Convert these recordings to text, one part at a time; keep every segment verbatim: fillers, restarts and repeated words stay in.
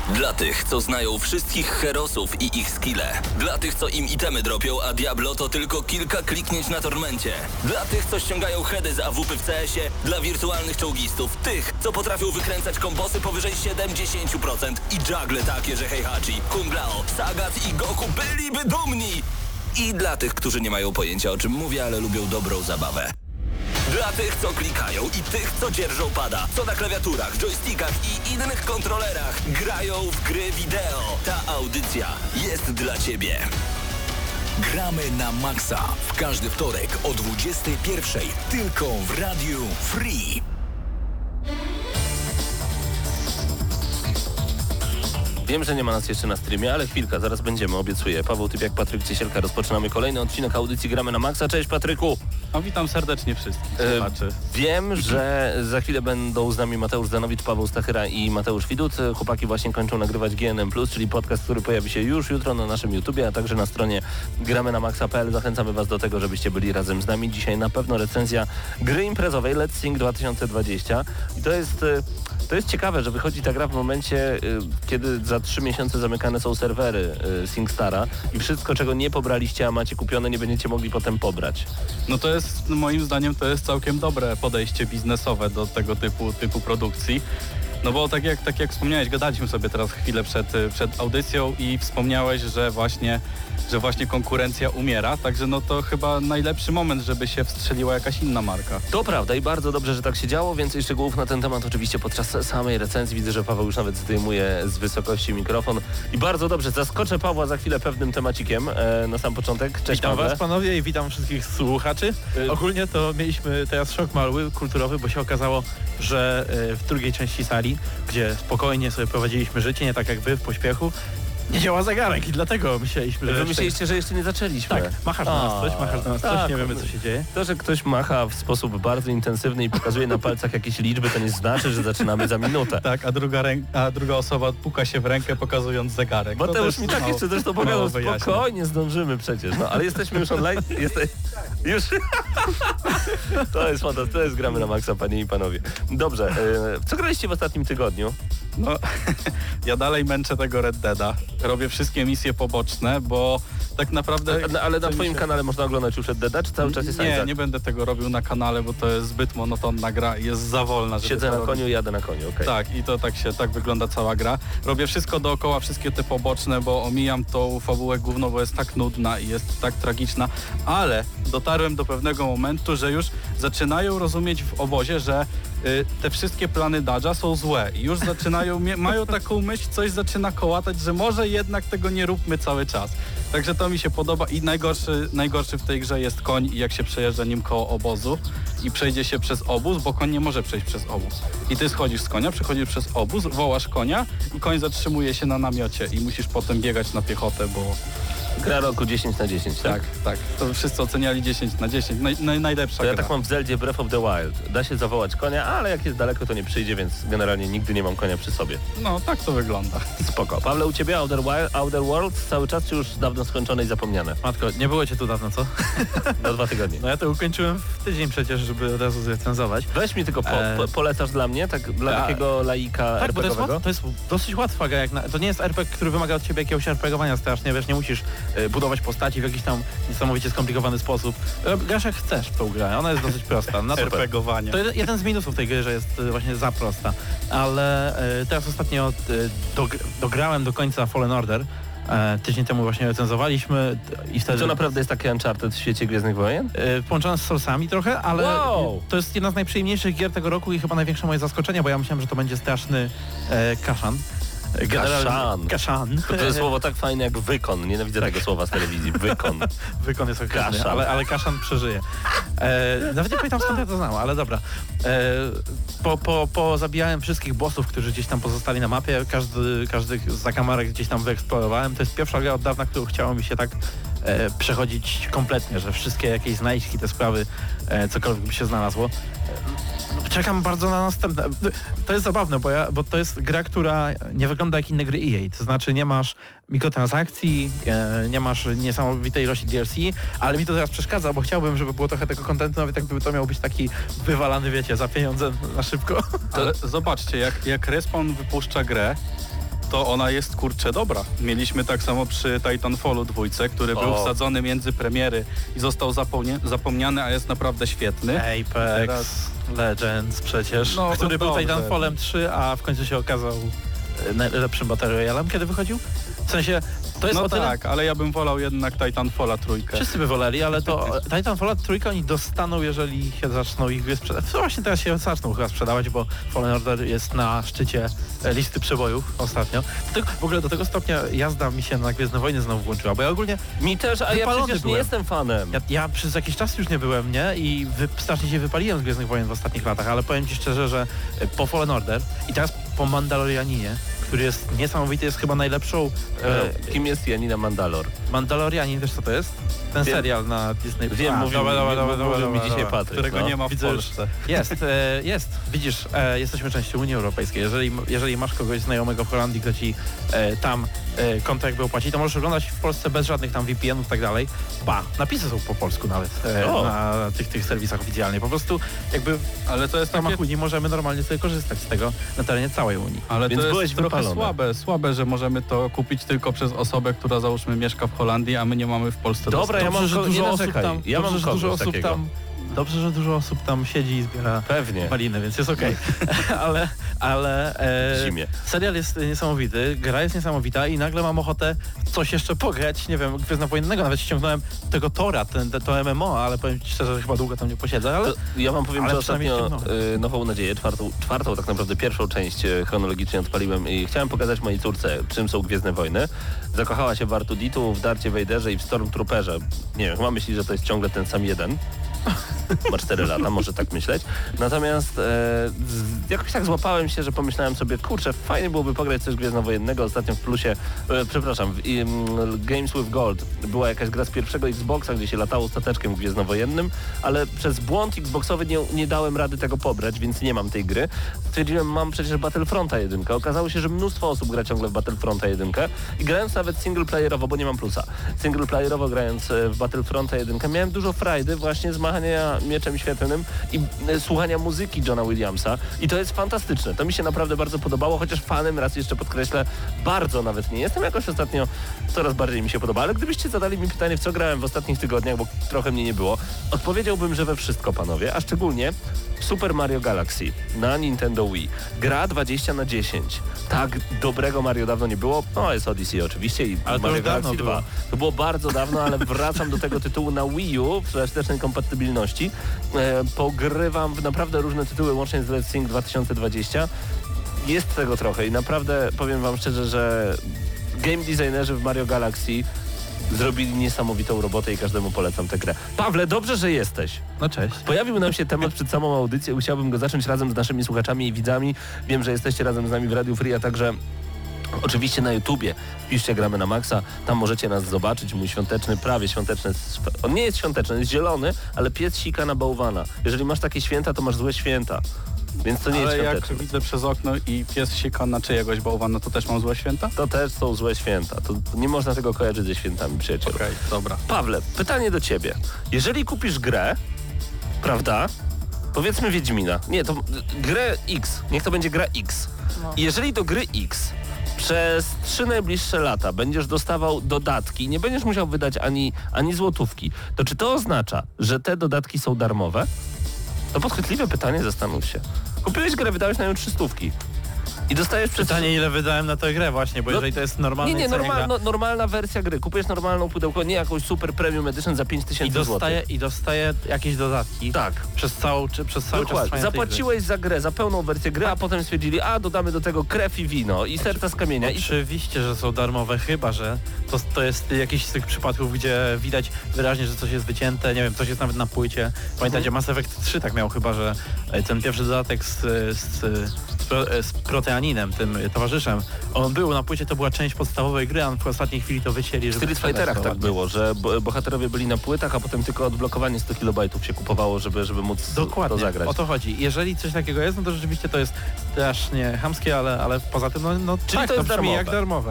Dla tych, co znają wszystkich herosów i ich skille. Dla tych, co im itemy dropią, a Diablo to tylko kilka kliknięć na tormencie. Dla tych, co ściągają heady z A W P w C S-ie. Dla wirtualnych czołgistów. Tych, co potrafią wykręcać kombosy powyżej siedemdziesiąt procent. I juggle takie, że Heihachi, Kung Lao, Sagat i Goku byliby dumni. I dla tych, którzy nie mają pojęcia, o czym mówię, ale lubią dobrą zabawę. Dla tych, co klikają i tych, co dzierżą pada, co na klawiaturach, joystickach i innych kontrolerach grają w gry wideo. Ta audycja jest dla Ciebie. Gramy na maksa w każdy wtorek o dwudziestej pierwszej tylko w Radiu Free. Wiem, że nie ma nas jeszcze na streamie, ale chwilka, zaraz będziemy, obiecuję. Paweł Typiak, Patryk Ciesielka, rozpoczynamy kolejny odcinek audycji Gramy na Maxa. Cześć Patryku! No, witam serdecznie wszystkich słuchaczy. E, wiem, że za chwilę będą z nami Mateusz Zanowicz, Paweł Stachyra i Mateusz Widut. Chłopaki właśnie kończą nagrywać G N M plus, czyli podcast, który pojawi się już jutro na naszym YouTubie, a także na stronie gramy na maxa kropka p l. Zachęcamy Was do tego, żebyście byli razem z nami. Dzisiaj na pewno recenzja gry imprezowej Let's Sing dwa tysiące dwadzieścia. I to jest, to jest ciekawe, że wychodzi ta gra w momencie, kiedy za trzy miesiące zamykane są serwery SingStara i wszystko, czego nie pobraliście, a macie kupione, nie będziecie mogli potem pobrać. No to jest, moim zdaniem, to jest całkiem dobre podejście biznesowe do tego typu, typu produkcji. No bo tak jak, tak jak wspomniałeś, gadaliśmy sobie teraz chwilę przed, przed audycją i wspomniałeś, że właśnie, że właśnie konkurencja umiera, także no to chyba najlepszy moment, żeby się wstrzeliła jakaś inna marka. To prawda i bardzo dobrze, że tak się działo. Więcej szczegółów na ten temat oczywiście podczas samej recenzji. Widzę, że Paweł już nawet zdejmuje z wysokości mikrofon. I bardzo dobrze, zaskoczę Pawła za chwilę pewnym temacikiem e, na sam początek. Cześć Witam Pawle. Was panowie i witam wszystkich słuchaczy. Y- Ogólnie to mieliśmy teraz szok mały, kulturowy, bo się okazało, że y, w drugiej części sali, gdzie spokojnie sobie prowadziliśmy życie, nie tak jak wy w pośpiechu, nie działa zegarek i dlatego myśleliśmy, że... Wy jeszcze... myśleliście, że jeszcze nie zaczęliśmy. Tak, machasz na nas coś, machasz na nas coś, tak, nie wiemy co się dzieje. To, że ktoś macha w sposób bardzo intensywny i pokazuje na palcach jakieś liczby, to nie znaczy, że zaczynamy za minutę. Tak, a druga, rę- a druga osoba puka się w rękę, pokazując zegarek. Bo to już mi tak mało- jeszcze zresztą mało powiadał, wyjaśnia. spokojnie zdążymy przecież. No ale jesteśmy już online. Jeste... Już. To jest fantastyczne, to jest Gramy na Maxa, panie i panowie. Dobrze, e, co graliście w ostatnim tygodniu? No, ja dalej męczę tego Red Deada. Robię wszystkie misje poboczne, bo tak naprawdę... A, ale na chce mi twoim się- kanale można oglądać już Red Deada, czy cały czas jest Nie, Isaac? nie będę tego robił na kanale, bo to jest zbyt monotonna gra i jest za wolna, żeby Siedzę to na robić. koniu, jadę na koniu, okej. Tak, i to tak się, tak wygląda cała gra. Robię wszystko dookoła, wszystkie te poboczne, bo omijam tą fabułę główną, bo jest tak nudna i jest tak tragiczna, ale dotarłem do pewnego momentu, że już zaczynają rozumieć w obozie, że y, te wszystkie plany Dodge'a są złe i już zaczynają, mie- mają taką myśl, coś zaczyna kołatać, że może jednak tego nie róbmy cały czas. Także to mi się podoba i najgorszy, najgorszy w tej grze jest koń i jak się przejeżdża nim koło obozu i przejdzie się przez obóz, bo koń nie może przejść przez obóz. I ty schodzisz z konia, przechodzisz przez obóz, wołasz konia i koń zatrzymuje się na namiocie i musisz potem biegać na piechotę, bo... Gra roku dziesięć na dziesięć, tak? Tak, tak. To wszyscy oceniali dziesięć na dziesięć. Naj, naj, najlepsza To ja gra. tak mam w Zeldzie Breath of the Wild. Da się zawołać konia, ale jak jest daleko, to nie przyjdzie, więc generalnie nigdy nie mam konia przy sobie. No, tak to wygląda. Spoko. Pawle, u ciebie Outer, Wild, Outer Worlds cały czas czy już dawno skończone i zapomniane? Matko, nie było cię tu dawno, co? Na dwa tygodnie. No ja to ukończyłem w tydzień przecież, żeby od razu zrecenzować. Weź mi tylko po, E, po, polecasz dla mnie, tak dla tak. takiego laika Tak, bo to jest, er pe gie owego? łat, to jest dosyć łatwa gra, jak na, to nie jest er pe gie, który wymaga od ciebie jakiegoś RPGowania strasznie, wiesz, nie musisz y, budować postaci w jakiś tam niesamowicie skomplikowany sposób. Y, grasz jak chcesz w tą grę, ona jest dosyć prosta. Na to, RPGowanie. to jeden- jeden z minusów tej gry, że jest y, właśnie za prosta, ale y, teraz ostatnio y, dog, dograłem do końca Fallen Order. E, tydzień temu właśnie recenzowaliśmy i wtedy... To naprawdę jest takie Uncharted w świecie Gwiezdnych Wojen? E, połączona z Soulsami trochę, ale Wow. to jest jedna z najprzyjemniejszych gier tego roku i chyba największe moje zaskoczenie, bo ja myślałem, że to będzie straszny e, kaszan. E, generalnie- Kaszan. Kaszan. To, to jest słowo tak fajne jak wykon. Nienawidzę tego słowa z telewizji. Wykon. Wykon jest okropny, Kaszan. ale, ale Kaszan przeżyje. E, nawet nie pamiętam skąd ja to znam, ale dobra. E, po, po, po zabijałem wszystkich bossów, którzy gdzieś tam pozostali na mapie, każdy, każdy z zakamarek gdzieś tam wyeksplorowałem. To jest pierwsza gra od dawna, którą chciało mi się tak e, przechodzić kompletnie, że wszystkie jakieś znajdźki, te sprawy, e, cokolwiek by się znalazło. E, czekam bardzo na następne. To jest zabawne, bo, ja, bo to jest gra, która nie wygląda jak inne gry E A. To znaczy nie masz mikrotransakcji, e, nie masz niesamowitej ilości D L C, ale mi to teraz przeszkadza, bo chciałbym, żeby było trochę tego kontentu, nawet jakby to miał być taki wywalany, wiecie, za pieniądze na szybko. Ale zobaczcie, jak, jak Respawn wypuszcza grę, to ona jest kurczę dobra. Mieliśmy tak samo przy Titanfallu dwójce, który był O. wsadzony między premiery i został zapomnie, zapomniany, a jest naprawdę świetny. Apex Teraz- Legends przecież, No, który no był dobrze. Titanfallem trzy, a w końcu się okazał e, najlepszym Battle Royalem, kiedy wychodził. W sensie, to jest No o tyle... tak, ale ja bym wolał jednak Titanfalla trójkę. Wszyscy by woleli, ale to Titanfall trójkę oni dostaną, jeżeli się zaczną ich gry sprzedawać. No właśnie teraz się zaczną chyba sprzedawać, bo Fallen Order jest na szczycie e, listy przebojów ostatnio. Do tego, w ogóle do tego stopnia jazda mi się na Gwiezdne Wojny znowu włączyła, bo ja ogólnie, Mi też, a ja Wypalony przecież nie byłem. jestem fanem. ja, ja przez jakiś czas już nie byłem, nie? I wy, strasznie się wypaliłem z Gwiezdnych Wojen w ostatnich latach, ale powiem ci szczerze, że e, po Fallen Order i teraz po Mandalorianinie, który jest niesamowity, jest chyba najlepszą... E, E, kim jest Janina Mandalor? Mandalorianin, wiesz co to jest? Ten Wiem. serial na Disney+. Wiem, A, mówił, dobra, dobra, dobra, mówił dobra, mi dobra, dzisiaj dobra. Patryk. którego no. nie ma w Widzę już. Polsce. Jest, e, jest. Widzisz, e, jesteśmy częścią Unii Europejskiej. Jeżeli, jeżeli masz kogoś znajomego w Holandii, kto ci e, tam e, kontrakt był płaci, to możesz oglądać w Polsce bez żadnych tam V P N-ów i tak dalej. Ba, napisy są po polsku nawet e, O. na tych, tych serwisach oficjalnych. Po prostu jakby Ale to jest w ramach takie... Unii możemy normalnie sobie korzystać z tego na terenie całej Unii. Ale Więc to byłeś jest trochę wypalony. słabe, słabe, że możemy to kupić tylko przez osobę, która załóżmy mieszka w Holandii, a my nie mamy w Polsce Dobra, ja dostępu. mam że ko- nie dużo osób narzekaj. tam, Ja dobrze, mam że dużo kogoś osób takiego. tam, dobrze, że dużo osób tam siedzi i zbiera Pewnie. maliny, więc jest okej. ale, ale e, W zimie. serial jest niesamowity, gra jest niesamowita i nagle mam ochotę w coś jeszcze pograć, nie wiem, Gwiezdnowojennego, nawet ściągnąłem tego Tora, ten, to M M O, ale powiem ci szczerze, że chyba długo tam nie posiedzę, ale To ja wam powiem, Ale że przynajmniej ostatnio ściągnąłem. y, Nową Nadzieję, czwartą, czwartą tak naprawdę pierwszą część y, chronologicznie odpaliłem i chciałem pokazać mojej córce, czym są Gwiezdne Wojny. Zakochała się w R dwa D dwa, w Darcie Vaderze i w Stormtrooperze. Nie wiem, chyba myśli, że to jest ciągle ten sam jeden. Ma cztery lata, może tak myśleć. Natomiast e, z, jakoś tak złapałem się, że pomyślałem sobie, kurczę, fajnie byłoby pograć coś gwiezdnowojennego. Ostatnio w plusie, e, przepraszam, w im, Games with Gold była jakaś gra z pierwszego Xboxa, gdzie się latało stateczkiem gwiezdnowojennym, ale przez błąd Xboxowy nie, nie dałem rady tego pobrać, więc nie mam tej gry. Stwierdziłem, mam przecież Battlefronta jeden. Okazało się, że mnóstwo osób gra ciągle w Battlefronta jeden i grając nawet singleplayerowo, bo nie mam plusa, singleplayerowo grając e, w Battlefronta jeden, miałem dużo frajdy właśnie z machania mieczem świetlnym i e, słuchania muzyki Johna Williamsa i to jest fantastyczne. To mi się naprawdę bardzo podobało, chociaż fanem, raz jeszcze podkreślę, bardzo nawet nie jestem. Jakoś ostatnio coraz bardziej mi się podoba, ale gdybyście zadali mi pytanie, w co grałem w ostatnich tygodniach, bo trochę mnie nie było, odpowiedziałbym, że we wszystko, panowie, a szczególnie Super Mario Galaxy na Nintendo Wii. Gra dwadzieścia na dziesięć. Tak dobrego Mario dawno nie było. No jest Odyssey oczywiście i Ale to Mario już dawno Galaxy dwa. było. To było bardzo dawno, ale wracam do tego tytułu na Wii U w wstecznej kompatybilności. E, pogrywam w naprawdę różne tytuły, łącznie z Let's Sing dwa tysiące dwadzieścia. Jest tego trochę i naprawdę powiem wam szczerze, że game designerzy w Mario Galaxy zrobili niesamowitą robotę i każdemu polecam tę grę. Pawle, dobrze, że jesteś. no cześć. Pojawił nam się temat przed samą audycją i chciałbym go zacząć razem z naszymi słuchaczami i widzami. Wiem, że jesteście razem z nami w Radiu Free, a także oczywiście na YouTubie. Wpiszcie Gramy na Maxa, tam możecie nas zobaczyć. Mój świąteczny, prawie świąteczny, on nie jest świąteczny, jest zielony, ale pies sika na bałwana. Jeżeli masz takie święta, to masz złe święta. Więc to nie Ale jest jak świąteczne. widzę przez okno i pies sika na czyjegoś bałwana, to też mam złe święta? To też są złe święta. To nie można tego kojarzyć ze świętami, przyjacielu. Okej, dobra. Pawle, pytanie do ciebie. Jeżeli kupisz grę, prawda? Powiedzmy Wiedźmina. Nie, to grę X. Niech to będzie gra X. I jeżeli do gry X przez trzy najbliższe lata będziesz dostawał dodatki, nie będziesz musiał wydać ani, ani złotówki, to czy to oznacza, że te dodatki są darmowe? To podchwytliwe pytanie, zastanów się. Kupiłeś grę, wydałeś na nią trzy stówki. I dostajesz przez... Pytanie, ile wydałem na tę grę właśnie, bo No, jeżeli to jest normalna Nie, nie, cena gra, normal, no, normalna wersja gry. Kupujesz normalną pudełko, nie jakąś super premium edition za pięć i tysięcy dostaję, złotych. i dostaję jakieś dodatki Tak. przez, całą, czy, przez cały czas Dokładnie. trwania tej gry. Zapłaciłeś za grę, za pełną wersję gry, a potem stwierdzili, a dodamy do tego krew i wino i serca z kamienia. I Oczywiście, że są darmowe, chyba że to, to jest jakiś z tych przypadków, gdzie widać wyraźnie, że coś jest wycięte, nie wiem, coś jest nawet na płycie. Pamiętacie, Mhm. Mass Effect trzy tak miał chyba, że ten pierwszy dodatek z, z, z, pro- z proteaninem, tym towarzyszem, on był na płycie, to była część podstawowej gry, a w ostatniej chwili to wycięli, w żeby Street sprzedać Fighterach to tak ładnie. było, że bo- bohaterowie byli na płytach, a potem tylko odblokowanie sto kilobajtów się kupowało, żeby, żeby móc Dokładnie, to zagrać. o to chodzi. Jeżeli coś takiego jest, no to rzeczywiście to jest strasznie chamskie, ale, ale poza tym, no, no Czyli tak, to jest brzmi darmowe. jak darmowe. To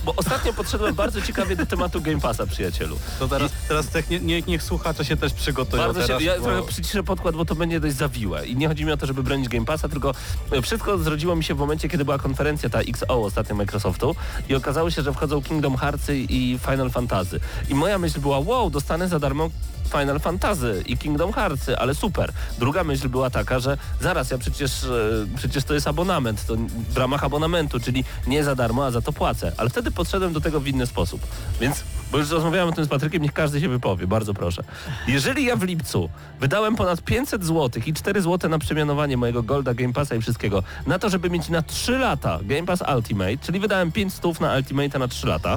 bo ostatnio podszedłem bardzo ciekawie do tematu Game Passa, przyjacielu. To teraz, teraz tak nie, nie, niech słuchacze się też przygotują. Bardzo teraz, się, ja bo... trochę przyciszę podkład, bo to będzie dość zawiłe. I nie chodzi mi o to, żeby bronić Game Passa, tylko wszystko zrodziło mi się w momencie, kiedy była konferencja ta X O ostatnio Microsoftu i okazało się, że wchodzą Kingdom Hearts i Final Fantasy. I moja myśl była, wow, dostanę za darmo Final Fantasy i Kingdom Hearts, ale super. Druga myśl była taka, że zaraz, ja przecież, przecież to jest abonament, to w ramach abonamentu, czyli nie za darmo, a za to płacę. Ale wtedy podszedłem do tego w inny sposób. Więc, bo już rozmawiałem o tym z Patrykiem, niech każdy się wypowie, bardzo proszę. Jeżeli ja w lipcu wydałem ponad pięćset złotych i cztery złote na przemianowanie mojego Golda, Game Passa i wszystkiego, na to, żeby mieć na trzy lata Game Pass Ultimate, czyli wydałem pięć stów na Ultimate na trzy lata,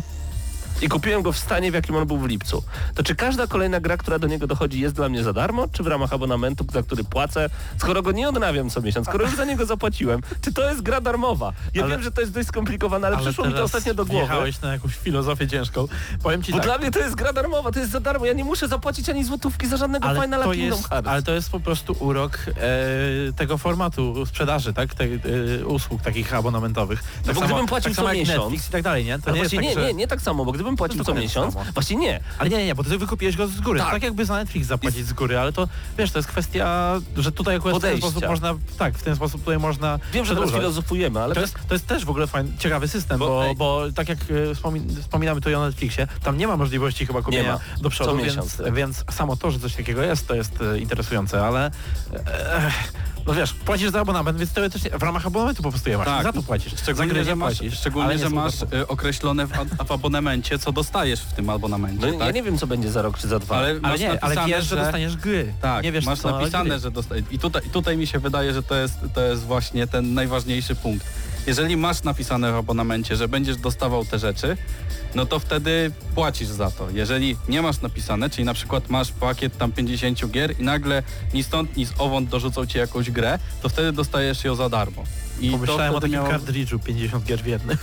i kupiłem go w stanie, w jakim on był w lipcu. To czy każda kolejna gra, która do niego dochodzi, jest dla mnie za darmo, czy w ramach abonamentu, za który płacę, skoro go nie odnawiam co miesiąc, skoro już za niego zapłaciłem, czy to jest gra darmowa? Ja Ale- wiem, że to jest dość skomplikowane, ale, Ale przyszło mi to teraz ostatnio do głowy. wjechałeś na jakąś filozofię ciężką. Powiem ci Bo tak. dla mnie to jest gra darmowa, to jest za darmo. Ja nie muszę zapłacić ani złotówki za żadnego Ale Finala to, Kingdom jest, Hearts. ale to jest po prostu urok e, tego formatu sprzedaży, tak? Te, e, usług takich abonamentowych. Tak bo samo, gdybym płacił tak samo co jak miesiąc- Netflix i tak dalej, nie? To Ale nie jest właśnie tak, nie, że... nie, nie tak samo, bo gdybym płacił No co dokładnie tak miesiąc, samo. właśnie nie. Ale nie, nie, nie, bo ty wykupiłeś go z góry. Tak. Tak, jakby za Netflix zapłacić z góry, ale to, wiesz, to jest kwestia, że tutaj akurat w ten Podejścia. sposób można, tak, w ten sposób tutaj można Wiem, że teraz przedłużać. filozofujemy, ale To jest, to jest też w ogóle fajny, ciekawy system, Bo- bo, ej. bo tak jak e, wspomin, wspominamy tutaj o Netflixie, tam nie ma możliwości chyba kupienia ma. do przodu, Co więc, miesiąc. więc samo to, że coś takiego jest, to jest e, interesujące, ale e, no wiesz, płacisz za abonament, więc teoretycznie w ramach abonamentu po prostu je masz, Tak. za to płacisz. za Szczególnie, gry że nie masz, płacisz, ale szczególnie, nie że są masz za to. y, określone w, a- w abonamencie, co dostajesz w tym abonamencie, no, ja tak? nie wiem, co będzie za rok czy za dwa. Ale, Ale masz nie, ale napisane, wiesz, że dostaniesz gry. Tak, nie wiesz masz co, ale napisane, gry. że dostajesz. I tutaj, I tutaj mi się wydaje, że to jest, to jest właśnie ten najważniejszy punkt. Jeżeli masz napisane w abonamencie, że będziesz dostawał te rzeczy, no to wtedy płacisz za to. Jeżeli nie masz napisane, czyli na przykład masz pakiet tam pięćdziesiąt gier i nagle ni stąd, ni z owąd dorzucą ci jakąś grę, to wtedy dostajesz ją za darmo. I Pomyślałem to o wtedy takim miało... kartridżu pięćdziesiąt gier w jednym.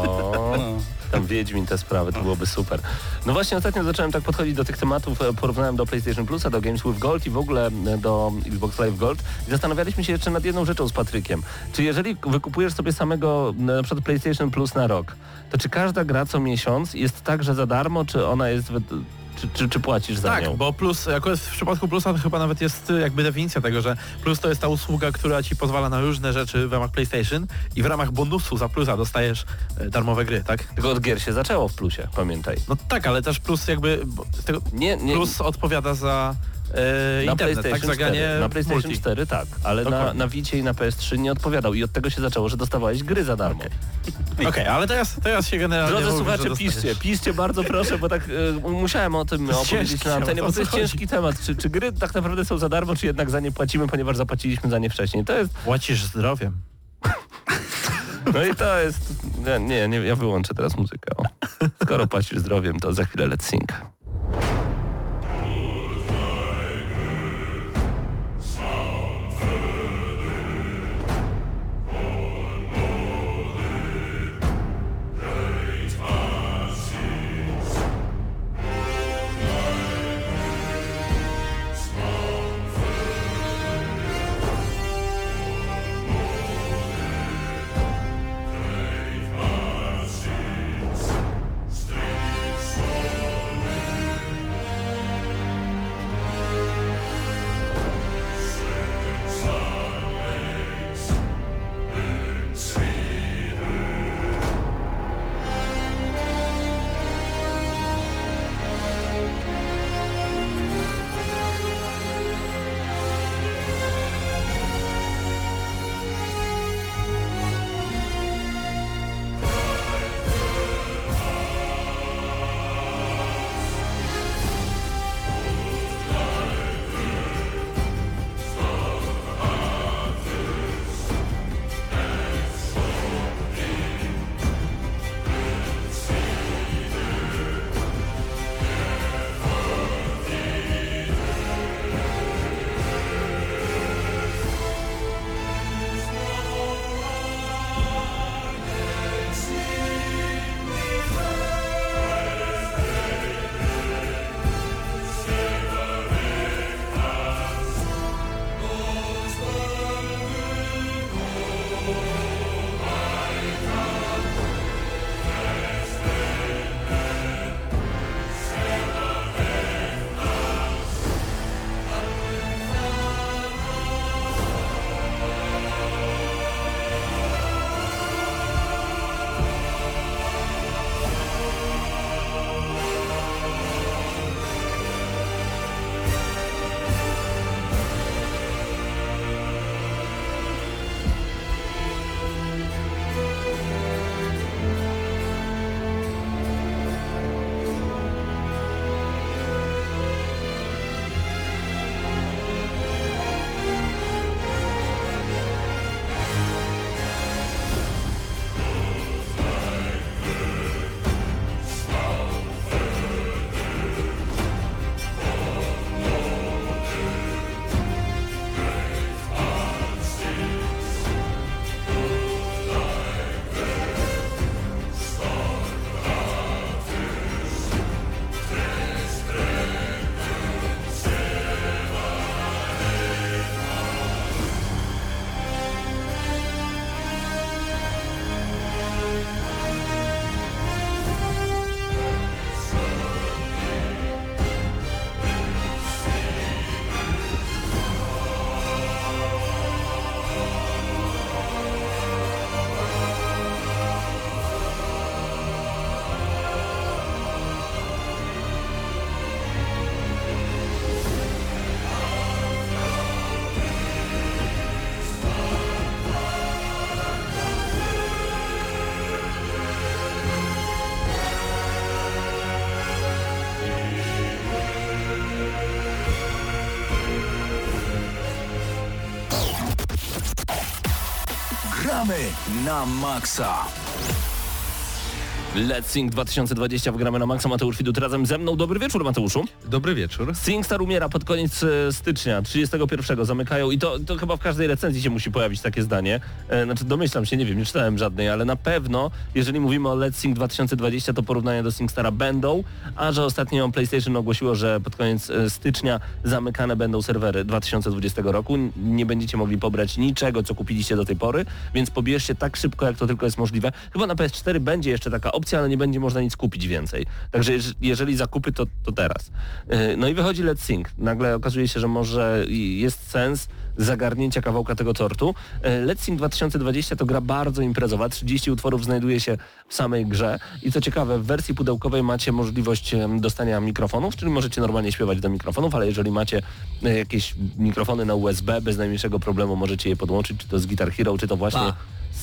O, No. tam Wiedźmin, te sprawy, to byłoby super. No właśnie ostatnio zacząłem tak podchodzić do tych tematów, e, porównałem do PlayStation Plusa, do Games with Gold i w ogóle e, do Xbox Live Gold i zastanawialiśmy się jeszcze nad jedną rzeczą z Patrykiem. Czy jeżeli wykupujesz sobie samego e, na przykład PlayStation Plus na rok, to czy każda gra co miesiąc jest także za darmo, czy ona jest... Wy... Czy, czy, czy płacisz za Tak, nią? bo plus, akurat w przypadku plusa to chyba nawet jest y, jakby definicja tego, że plus to jest ta usługa, która ci pozwala na różne rzeczy w ramach PlayStation i w ramach bonusu za plusa dostajesz y, darmowe gry, tak? Tylko od gier się zaczęło w plusie, pamiętaj. No tak, ale też plus jakby, bo z tego Nie, nie, plus odpowiada za y, na internet, tak? PlayStation Za granie cztery. Na w PlayStation multi. cztery tak, ale na, Dokładnie. na Vicie i na P S trzy nie odpowiadał i od tego się zaczęło, że dostawałeś gry za darmo. Okej, okay, ale teraz, teraz się generalnie Drodzy mówi, słuchacze, że dostajesz. piszcie, piszcie bardzo proszę, bo tak y, musiałem o tym To jest opowiedzieć ciężki na antenie, temat, bo to jest o co chodzi? ciężki temat. Czy, czy gry tak naprawdę są za darmo, czy jednak za nie płacimy, ponieważ zapłaciliśmy za nie wcześniej. To jest, Płacisz zdrowiem. no i to jest, nie, nie, nie ja wyłączę teraz muzykę. O. Skoro płacisz zdrowiem, to za chwilę let's sing. Gramy na maksa. Let's Sing dwa tysiące dwadzieścia w Gramy na Maxa. Mateusz Widut razem ze mną. Dobry wieczór, Mateuszu. Dobry wieczór. SingStar umiera pod koniec e, stycznia, trzydziestego pierwszego zamykają i to, to chyba w każdej recenzji się musi pojawić takie zdanie. E, znaczy domyślam się, nie wiem, nie czytałem żadnej, ale na pewno, jeżeli mówimy o Let's Sing dwa tysiące dwadzieścia, to porównania do SingStara będą, a że ostatnio PlayStation ogłosiło, że pod koniec e, stycznia zamykane będą serwery dwa tysiące dwudziestego roku. Nie będziecie mogli pobrać niczego, co kupiliście do tej pory, więc pobierzcie tak szybko, jak to tylko jest możliwe. Chyba na P S cztery będzie jeszcze taka opcja, ale nie będzie można nic kupić więcej. Także jeż- jeżeli zakupy, to, to teraz. Yy, no i wychodzi Let's Sing. Nagle okazuje się, że może jest sens zagarnięcia kawałka tego tortu. Yy, Let's Sing dwa tysiące dwadzieścia to gra bardzo imprezowa. trzydzieści utworów znajduje się w samej grze. I co ciekawe, w wersji pudełkowej macie możliwość yy, dostania mikrofonów, czyli możecie normalnie śpiewać do mikrofonów, ale jeżeli macie yy, jakieś mikrofony na U S B, bez najmniejszego problemu możecie je podłączyć, czy to z Guitar Hero, czy to właśnie A.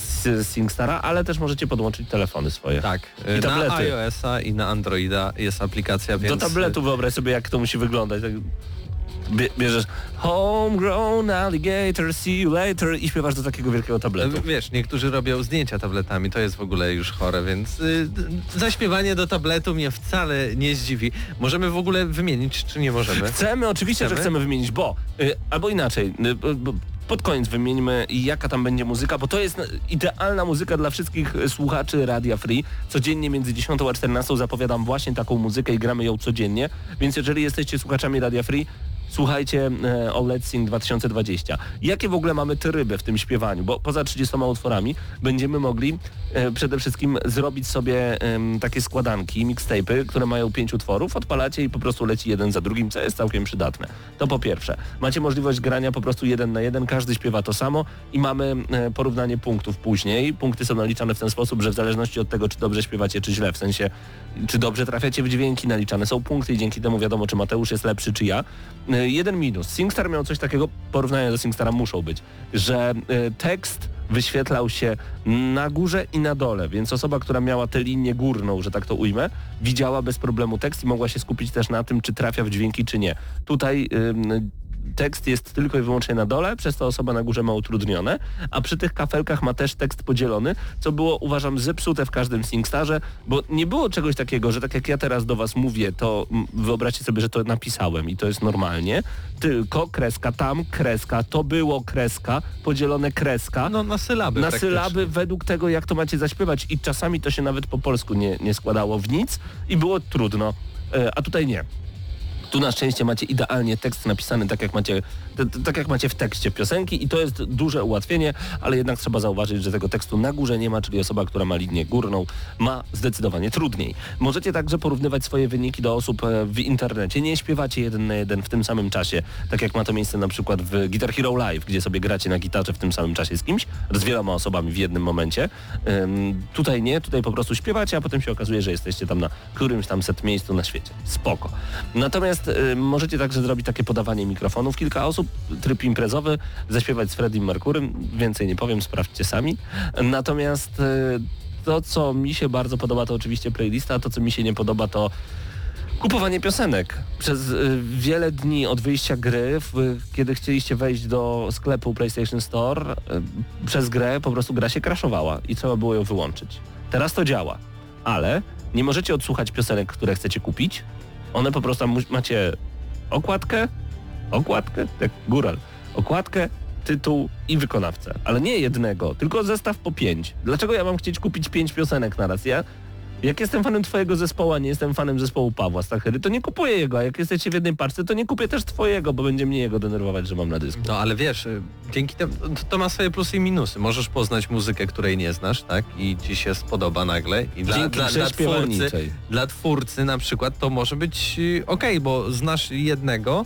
z SingStara, ale też możecie podłączyć telefony swoje. Tak, I na tablety. iOS-a i na Androida jest aplikacja, więc... Do tabletu wyobraź sobie, jak to musi wyglądać. Tak bie- bierzesz homegrown alligator, see you later i śpiewasz do takiego wielkiego tabletu. Wiesz, niektórzy robią zdjęcia tabletami, to jest w ogóle już chore, więc y, zaśpiewanie do tabletu mnie wcale nie zdziwi. Możemy w ogóle wymienić, czy nie możemy? Chcemy, oczywiście, Chcemy? że chcemy wymienić, bo, y, albo inaczej, y, bo, pod koniec wymieńmy, jaka tam będzie muzyka, bo to jest idealna muzyka dla wszystkich słuchaczy Radia Free. Codziennie między dziesiątą a czternastą zapowiadam właśnie taką muzykę i gramy ją codziennie, więc jeżeli jesteście słuchaczami Radia Free, słuchajcie e, o Let's Sing dwa tysiące dwadzieścia. Jakie w ogóle mamy tryby w tym śpiewaniu? Bo poza trzydziestoma utworami będziemy mogli e, przede wszystkim zrobić sobie e, takie składanki, mixtape'y, które mają pięć utworów, odpalacie i po prostu leci jeden za drugim, co jest całkiem przydatne. To po pierwsze. Macie możliwość grania po prostu jeden na jeden, każdy śpiewa to samo i mamy e, porównanie punktów później. Punkty są naliczane w ten sposób, że w zależności od tego, czy dobrze śpiewacie, czy źle, w sensie czy dobrze trafiacie w dźwięki, naliczane są punkty i dzięki temu wiadomo, czy Mateusz jest lepszy, czy ja. E, jeden minus. SingStar miał coś takiego, porównania do SingStara muszą być, że e, tekst wyświetlał się na górze i na dole, więc osoba, która miała tę linię górną, że tak to ujmę, widziała bez problemu tekst i mogła się skupić też na tym, czy trafia w dźwięki, czy nie. Tutaj ym, tekst jest tylko i wyłącznie na dole, przez to osoba na górze ma utrudnione, a przy tych kafelkach ma też tekst podzielony, co było, uważam, zepsute w każdym SingStarze, bo nie było czegoś takiego, że tak jak ja teraz do was mówię, to wyobraźcie sobie, że to napisałem i to jest normalnie, tylko kreska tam, kreska, to było kreska, podzielone kreska. No na sylaby Na praktycznie. sylaby według tego, jak to macie zaśpiewać i czasami to się nawet po polsku nie, nie składało w nic i było trudno, e, a tutaj nie. Tu na szczęście macie idealnie tekst napisany tak jak macie, t- t- tak jak macie w tekście piosenki i to jest duże ułatwienie, ale jednak trzeba zauważyć, że tego tekstu na górze nie ma, czyli osoba, która ma linię górną, ma zdecydowanie trudniej. Możecie także porównywać swoje wyniki do osób e, w internecie. Nie śpiewacie jeden na jeden w tym samym czasie, tak jak ma to miejsce na przykład w Guitar Hero Live, gdzie sobie gracie na gitarze w tym samym czasie z kimś, z wieloma osobami w jednym momencie. Ym, tutaj nie, tutaj po prostu śpiewacie, a potem się okazuje, że jesteście tam na którymś tam set miejscu na świecie. Spoko. Natomiast y, możecie także zrobić takie podawanie mikrofonów. Kilka osób, tryb imprezowy, zaśpiewać z Freddie Mercurym. Więcej nie powiem, sprawdźcie sami. Natomiast y, to, co mi się bardzo podoba, to oczywiście playlista, a to, co mi się nie podoba, to kupowanie piosenek. Przez y, wiele dni od wyjścia gry, w, kiedy chcieliście wejść do sklepu PlayStation Store, y, przez grę po prostu gra się crashowała i trzeba było ją wyłączyć. Teraz to działa, ale nie możecie odsłuchać piosenek, które chcecie kupić. One po prostu mu- macie okładkę, okładkę, jak góral, okładkę, tytuł i wykonawcę. Ale nie jednego, tylko zestaw po pięć. Dlaczego ja mam chcieć kupić pięć piosenek naraz? Ja, jak jestem fanem twojego zespołu, a nie jestem fanem zespołu Pawła Stachyry, to nie kupuję jego, a jak jesteście w jednej parce, to nie kupię też twojego, bo będzie mnie jego denerwować, że mam na dysku. No ale wiesz, y, dzięki temu, to, to ma swoje plusy i minusy. Możesz poznać muzykę, której nie znasz, tak? I ci się spodoba nagle. I dla, Dzięki dla, grze dla, twórcy, śpiewalniczej. dla twórcy na przykład to może być y, okej, bo znasz jednego,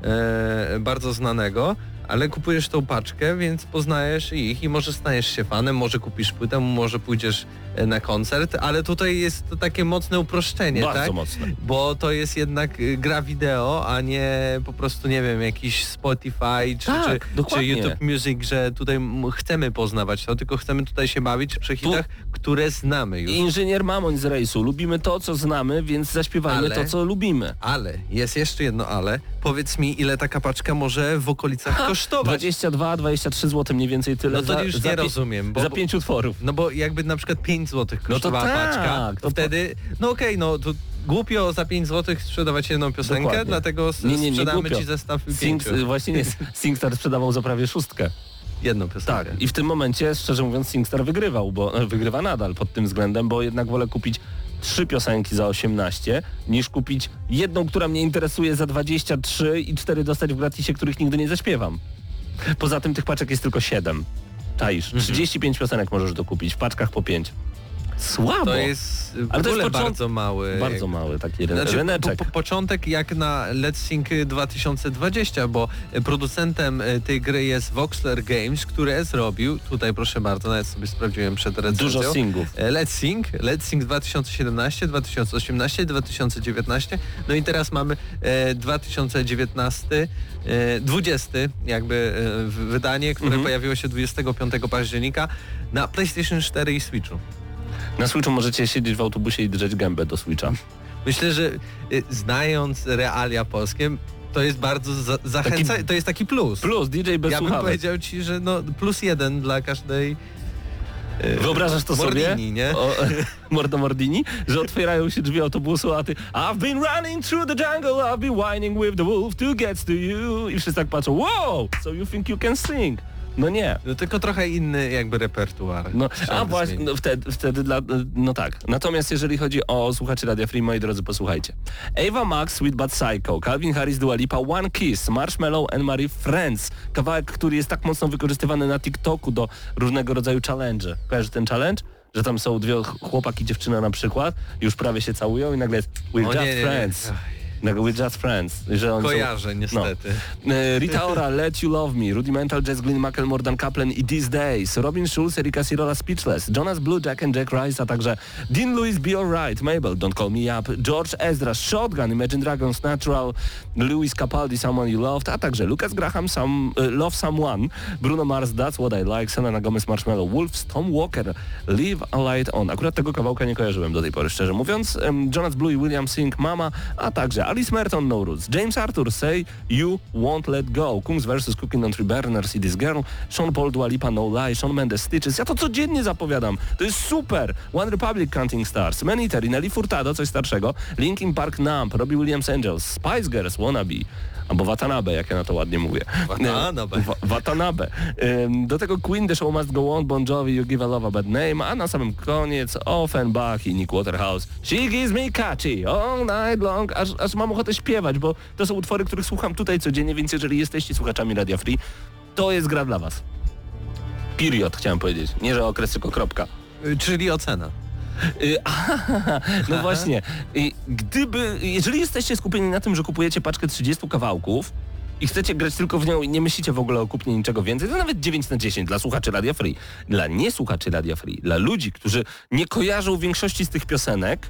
e, bardzo znanego, ale kupujesz tą paczkę, więc poznajesz ich i może stajesz się fanem, może kupisz płytę, może pójdziesz e, na koncert, ale tutaj jest to takie mocne uproszczenie, Bardzo tak? mocne. Bo to jest jednak y, gra wideo, a nie po prostu, nie wiem, jakiś Spotify czy, Tak, czy, czy dokładnie. YouTube Music, że tutaj m- chcemy poznawać to, tylko chcemy tutaj się bawić przy hitach, które znamy już. Inżynier Mamoń z rejsu. Lubimy to, co znamy, więc zaśpiewajmy Ale- to, co lubimy. Ale, jest jeszcze jedno ale. Powiedz mi, ile taka paczka może w okolicach kosztować? kosztować. dwadzieścia dwa dwadzieścia trzy złote mniej więcej tyle No to za, już za nie pi- rozumiem. Bo, za pięć utworów. No bo jakby na przykład pięć złotych No to kosztowała tak, paczka, to to wtedy, no okej, no to głupio za pięć złotych sprzedawać jedną piosenkę, Dokładnie. dlatego s- Nie, nie, nie sprzedamy głupio. ci zestaw Sing, pięciu. właśnie nie, SingStar sprzedawał za prawie szóstkę. Jedną piosenkę. Tak, i w tym momencie, szczerze mówiąc, SingStar wygrywał, bo e, wygrywa nadal pod tym względem, bo jednak wolę kupić trzy piosenki za osiemnaście, niż kupić jedną, która mnie interesuje za dwadzieścia trzy i cztery dostać w gratisie, których nigdy nie zaśpiewam. Poza tym tych paczek jest tylko siedem. Czaisz, trzydzieści pięć piosenek możesz dokupić, w paczkach po pięć. Słabo. To jest w Ale to ogóle jest począt- bardzo mały. Bardzo mały taki ry- Znaczy, ryneczek. po, po, początek jak na Let's Sing dwa tysiące dwadzieścia, bo producentem tej gry jest Voxler Games, który zrobił, tutaj proszę bardzo, nawet sobie sprawdziłem przed recenzją. Dużo singów. Let's Sing, Let's Sing dwa tysiące siedemnaście, dwa tysiące osiemnaście, dwa tysiące dziewiętnaście, no i teraz mamy e, dwa tysiące dziewiętnasty, e, dwudziesty jakby e, w- wydanie, które Mhm. pojawiło się dwudziestego piątego października na PlayStation cztery i Switchu. Na Switchu możecie siedzieć w autobusie i drzeć gębę do Switcha. Myślę, że y, znając realia polskie, to jest bardzo za zachęca, Taki- to jest taki plus. Plus D J bez Ja bym słuchawek. powiedział ci, że no plus jeden dla każdej y, Wyobrażasz to sobie? Mordini, nie? O, Mordo Mordini? Że otwierają się drzwi autobusu, a ty I've been running through the jungle, I've been whining with the wolf to get to you. I wszyscy tak patrzą, wow, so you think you can sing? No nie. No tylko trochę inny jakby repertuar. No, Trzeba a by właśnie, zmienić. no wtedy, wtedy dla, no tak. Natomiast jeżeli chodzi o słuchaczy Radia Free, moi drodzy, posłuchajcie. Ava Max, Sweet But Psycho, Calvin Harris, Dua Lipa, One Kiss, Marshmallow and Marie Friends. Kawałek, który jest tak mocno wykorzystywany na TikToku do różnego rodzaju challenge. Kojarzysz ten challenge? Że tam są dwie chłopak i dziewczyna na przykład, już prawie się całują i nagle jest We're O just nie, nie, nie. friends. Nagle We're just friends. Że oni są- Kojarzę niestety. no. E, Rita Ora, Let You Love Me, Rudimental Jazz, Glyn Macklemore, Dan Kaplan i These Days, Robin Schulz, Erika Cirola, Speechless, Jonas Blue, Jack and Jack Rice, a także Dean Lewis, Be Alright, Mabel, Don't Call Me Up, George Ezra, Shotgun, Imagine Dragons, Natural, Louis Capaldi, Someone You Loved, a także Lucas Graham, some, e, Love Someone, Bruno Mars, That's What I Like, Selena Gomez, Marshmallow, Wolves, Tom Walker, Leave a Light On. Akurat tego kawałka nie kojarzyłem do tej pory, szczerze mówiąc. Em, Jonas Blue i William Sing, Mama, a także Alice Merton, No Roots, James Arthur, Say You Won't Let Go, Kungs versus. Cooking on Three Burners i This Girl, Sean Paul, Dua Lipa, No Lie, Shawn Mendes, Stitches. Ja to codziennie zapowiadam. To jest super. One Republic, Counting Stars, Maniter, Nelly Furtado, coś starszego, Linkin Park, Numb, Robbie Williams, Angels, Spice Girls, Wannabe. Albo Watanabe, jak ja na to ładnie mówię. Watanabe. Wa- Watanabe. Ym, Do tego Queen, The Show Must Go On, Bon Jovi, You Give a Love a Bad Name, a na samym koniec Offenbach i Nick Waterhouse. She gives me catchy all night long, aż, aż mam ochotę śpiewać, bo to są utwory, których słucham tutaj codziennie, więc jeżeli jesteście słuchaczami Radia Free, to jest gra dla was. Period, chciałem powiedzieć. Nie, że okres, tylko kropka. Y, Czyli ocena. Y, aha, no właśnie. Y, Gdyby, jeżeli jesteście skupieni na tym, że kupujecie paczkę trzydziestu kawałków i chcecie grać tylko w nią i nie myślicie w ogóle o kupnie niczego więcej, to nawet dziewięć na dziesięć dla słuchaczy Radia Free. Dla niesłuchaczy Radia Free, dla ludzi, którzy nie kojarzą większości z tych piosenek,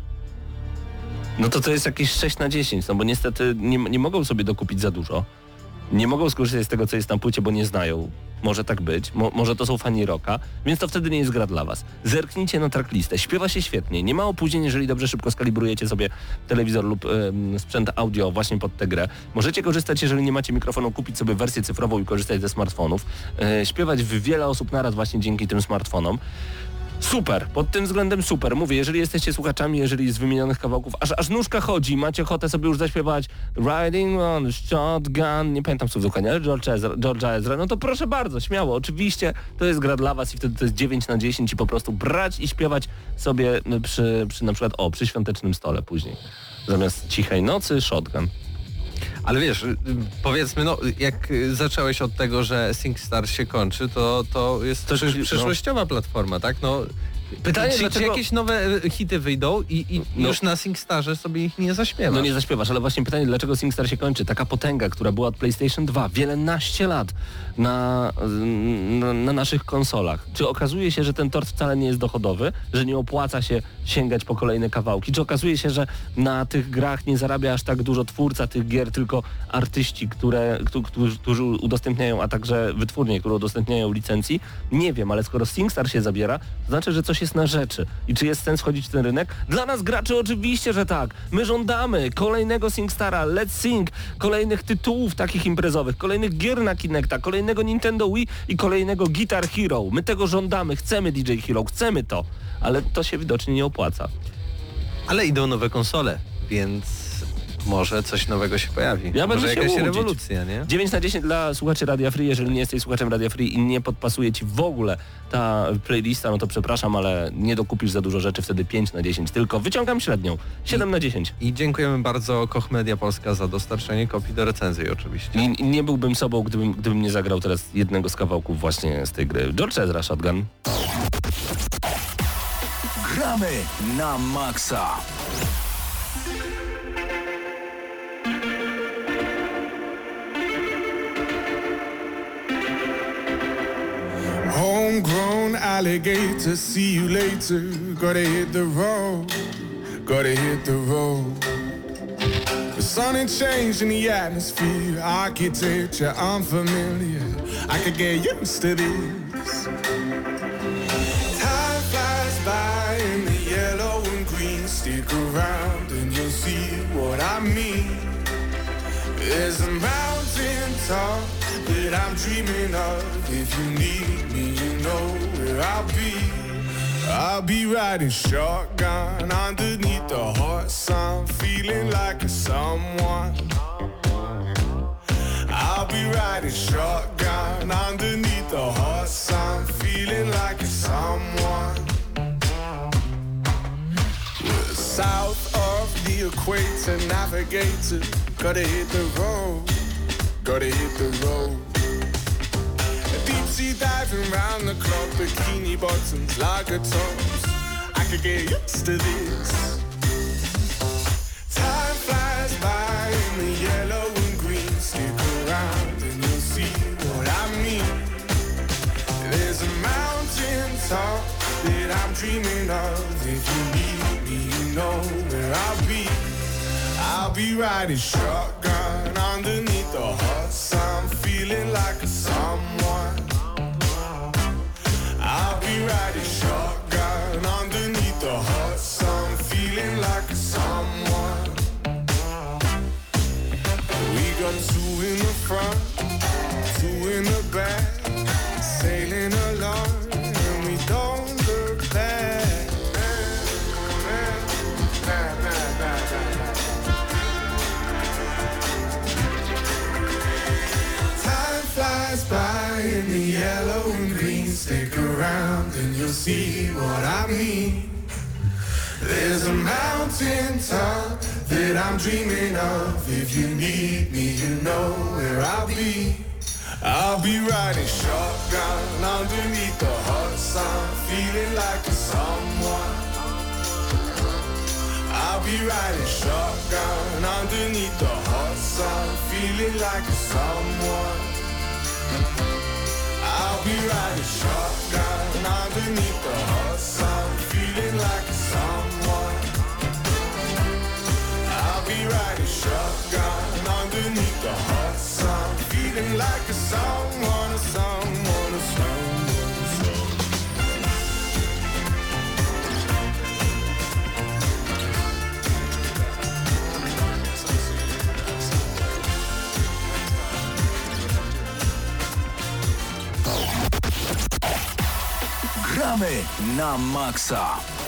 no to to jest jakieś sześć na dziesięć, no bo niestety nie, nie mogą sobie dokupić za dużo. Nie mogą skorzystać z tego, co jest na płycie, bo nie znają. Może tak być. Mo- może to są fani rocka, więc to wtedy nie jest gra dla was. Zerknijcie na tracklistę. Śpiewa się świetnie. Nie ma opóźnień, jeżeli dobrze szybko skalibrujecie sobie telewizor lub em, sprzęt audio właśnie pod tę grę. Możecie korzystać, jeżeli nie macie mikrofonu, kupić sobie wersję cyfrową i korzystać ze smartfonów. E, śpiewać w wiele osób naraz właśnie dzięki tym smartfonom. Super, pod tym względem super. Mówię, jeżeli jesteście słuchaczami, jeżeli z wymienionych kawałków aż, aż nóżka chodzi, macie ochotę sobie już zaśpiewać Riding on a Shotgun, nie pamiętam słów dokładnie, ale George Ezra, George'a Ezra, no to proszę bardzo, śmiało. Oczywiście to jest gra dla was i wtedy to jest dziewięć na dziesięć i po prostu brać i śpiewać sobie przy, przy na przykład, o, przy świątecznym stole później. Zamiast cichej nocy, Shotgun. Ale wiesz, y, powiedzmy, no jak y, zacząłeś od tego, że SingStar się kończy, to, to jest To przysz, czyli- no. przyszłościowa platforma, tak? No, Pytanie, czy, dlaczego- czy jakieś nowe y, hity wyjdą i, i No. już na SingStarze sobie ich nie zaśpiewasz? No nie zaśpiewasz, ale właśnie pytanie, dlaczego SingStar się kończy? Taka potęga, która była od PlayStation dwa, wielenaście lat na, na, na naszych konsolach. Czy okazuje się, że ten tort wcale nie jest dochodowy, że nie opłaca się sięgać po kolejne kawałki? Czy okazuje się, że na tych grach nie zarabia aż tak dużo twórca tych gier, tylko artyści, które, którzy, którzy, którzy udostępniają, a także wytwórnie, które udostępniają licencji? Nie wiem, ale skoro SingStar się zabiera, to znaczy, że coś coś jest na rzeczy. I czy jest sens wchodzić w ten rynek? Dla nas graczy oczywiście, że tak. My żądamy kolejnego SingStara, Let's Sing, kolejnych tytułów takich imprezowych, kolejnych gier na Kinecta, kolejnego Nintendo Wii i kolejnego Guitar Hero. My tego żądamy, chcemy D J Hero, chcemy to, ale to się widocznie nie opłaca. Ale idą nowe konsole, więc może coś nowego się pojawi. Ja może będę się jakaś łudzić. rewolucja, nie? dziewięć na dziesięć dla słuchaczy Radia Free. Jeżeli nie jesteś słuchaczem Radia Free i nie podpasuje ci w ogóle ta playlista, no to przepraszam, ale nie dokupisz za dużo rzeczy, wtedy pięć na dziesięć. Tylko wyciągam średnią. siedem na dziesięć. I dziękujemy bardzo Koch Media Polska za dostarczenie kopii do recenzji oczywiście. I, i nie byłbym sobą, gdybym, gdybym nie zagrał teraz jednego z kawałków właśnie z tej gry. George Ezra, Shotgun. Gramy na maksa. Homegrown alligator, see you later. Gotta hit the road, gotta hit the road. The sun ain't changed in the atmosphere, architecture unfamiliar. I could get used to this. Time flies by in the yellow and green. Stick around and you'll see what I mean. There's a mountain top that I'm dreaming of. If you need me, you know where I'll be. I'll be riding shotgun underneath the hot sun, feeling like a someone. I'll be riding shotgun underneath the hot sun, feeling like a someone. We're south of the equator, navigator. Gotta hit the road, gotta hit the road. Deep sea diving round the clock, bikini bottoms, lager tops. I could get used to this. Time flies by in the yellow and green. Stick around and you'll see what I mean. There's a mountain top that I'm dreaming of. If you need me, you know where I'll be. I'll be riding shotgun underneath the hot sun, feeling like a someone. I'll be riding shotgun underneath the hot sun, feeling like a someone. We got two in the front, two in the back, sailing along and we don't look back. Flies by in the yellow and green. Stick around and you'll see what I mean. There's a mountain top that I'm dreaming of. If you need me, you know where I'll be. I'll be riding shotgun underneath the hot sun, feeling like a someone. I'll be riding shotgun underneath the hot sun, feeling like a someone. I'll be riding shotgun underneath the hot sun, feeling like a someone. I'll be riding shotgun underneath the hot sun, feeling like a someone, a someone, a someone, a someone. Gramy na maksa.